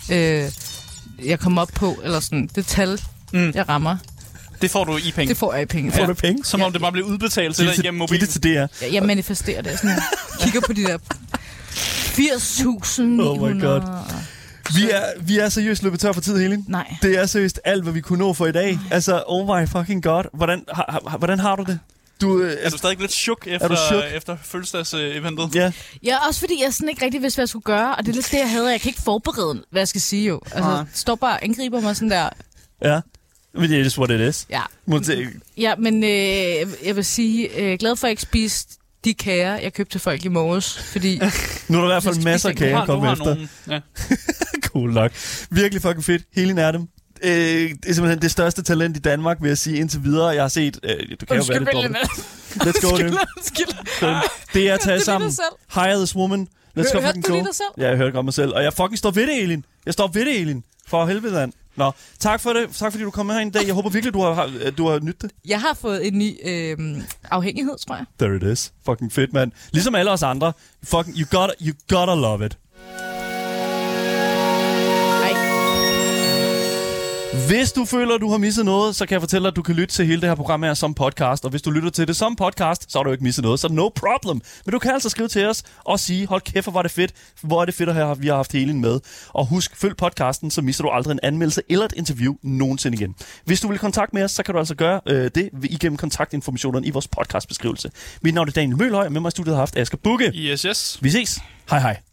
jeg kommer op på, eller sådan det tal, jeg rammer. Det får du i penge. Det får jeg i penge. Får du penge? Som om det bare bliver udbetalt til dig igennem mobilen. Det til det, ja. Jeg manifesterer det. Sådan, kigger på de der 80.000. Oh my god. Vi er seriøst løbet tør for tid, Helin. Nej. Det er seriøst alt, hvad vi kunne nå for i dag. Altså, oh my fucking god. Hvordan har du det? Er du stadig lidt chok efter fødselsdags-eventet? Ja. Ja, også fordi jeg sådan ikke rigtig vidste, hvad jeg skulle gøre. Og det er lidt det, jeg havde. Jeg kan ikke forberede, hvad jeg skal sige jo. Altså, står bare og angriber mig sådan der. Ja. Men det er just what it is. Ja. Ja, men jeg vil sige, glad for at ikke spise de kager, jeg købte til folk i morges, fordi... Nu er der i hvert fald masser af kager at komme efter. Ja. Cool nok. Virkelig fucking fedt. Helin er dem. Det er simpelthen det største talent i Danmark, vil jeg sige, indtil videre. Jeg har set... du kan jo være lidt dårligt. Let's go, nu. Det er at tage sammen. Hire this woman. Let's go fucking go. Ja, jeg hørte godt mig selv. Og jeg fucking står ved det, Elin. Jeg står ved det, Elin. For helvede, mand. Nå, tak for det. Tak fordi du kom her i dag. Jeg håber virkelig, du har nydt det. Jeg har fået en ny afhængighed, tror jeg. There it is. Fucking fedt, mand. Ligesom alle os andre. Fucking, you gotta love it. Hvis du føler, at du har misset noget, så kan jeg fortælle dig, at du kan lytte til hele det her program her som podcast. Og hvis du lytter til det som podcast, så har du ikke misset noget, så no problem. Men du kan altså skrive til os og sige, hold kæft, hvor var det fedt. Hvor er det fedt at have, vi har haft Helin med. Og husk, følg podcasten, så misser du aldrig en anmeldelse eller et interview nogensinde igen. Hvis du vil kontakte med os, så kan du altså gøre det igennem kontaktinformationerne i vores podcastbeskrivelse. Mit navn er Daniel Mølhøj, og med mig i studiet har haft Asger Bugge. Yes. Vi ses. Hej hej.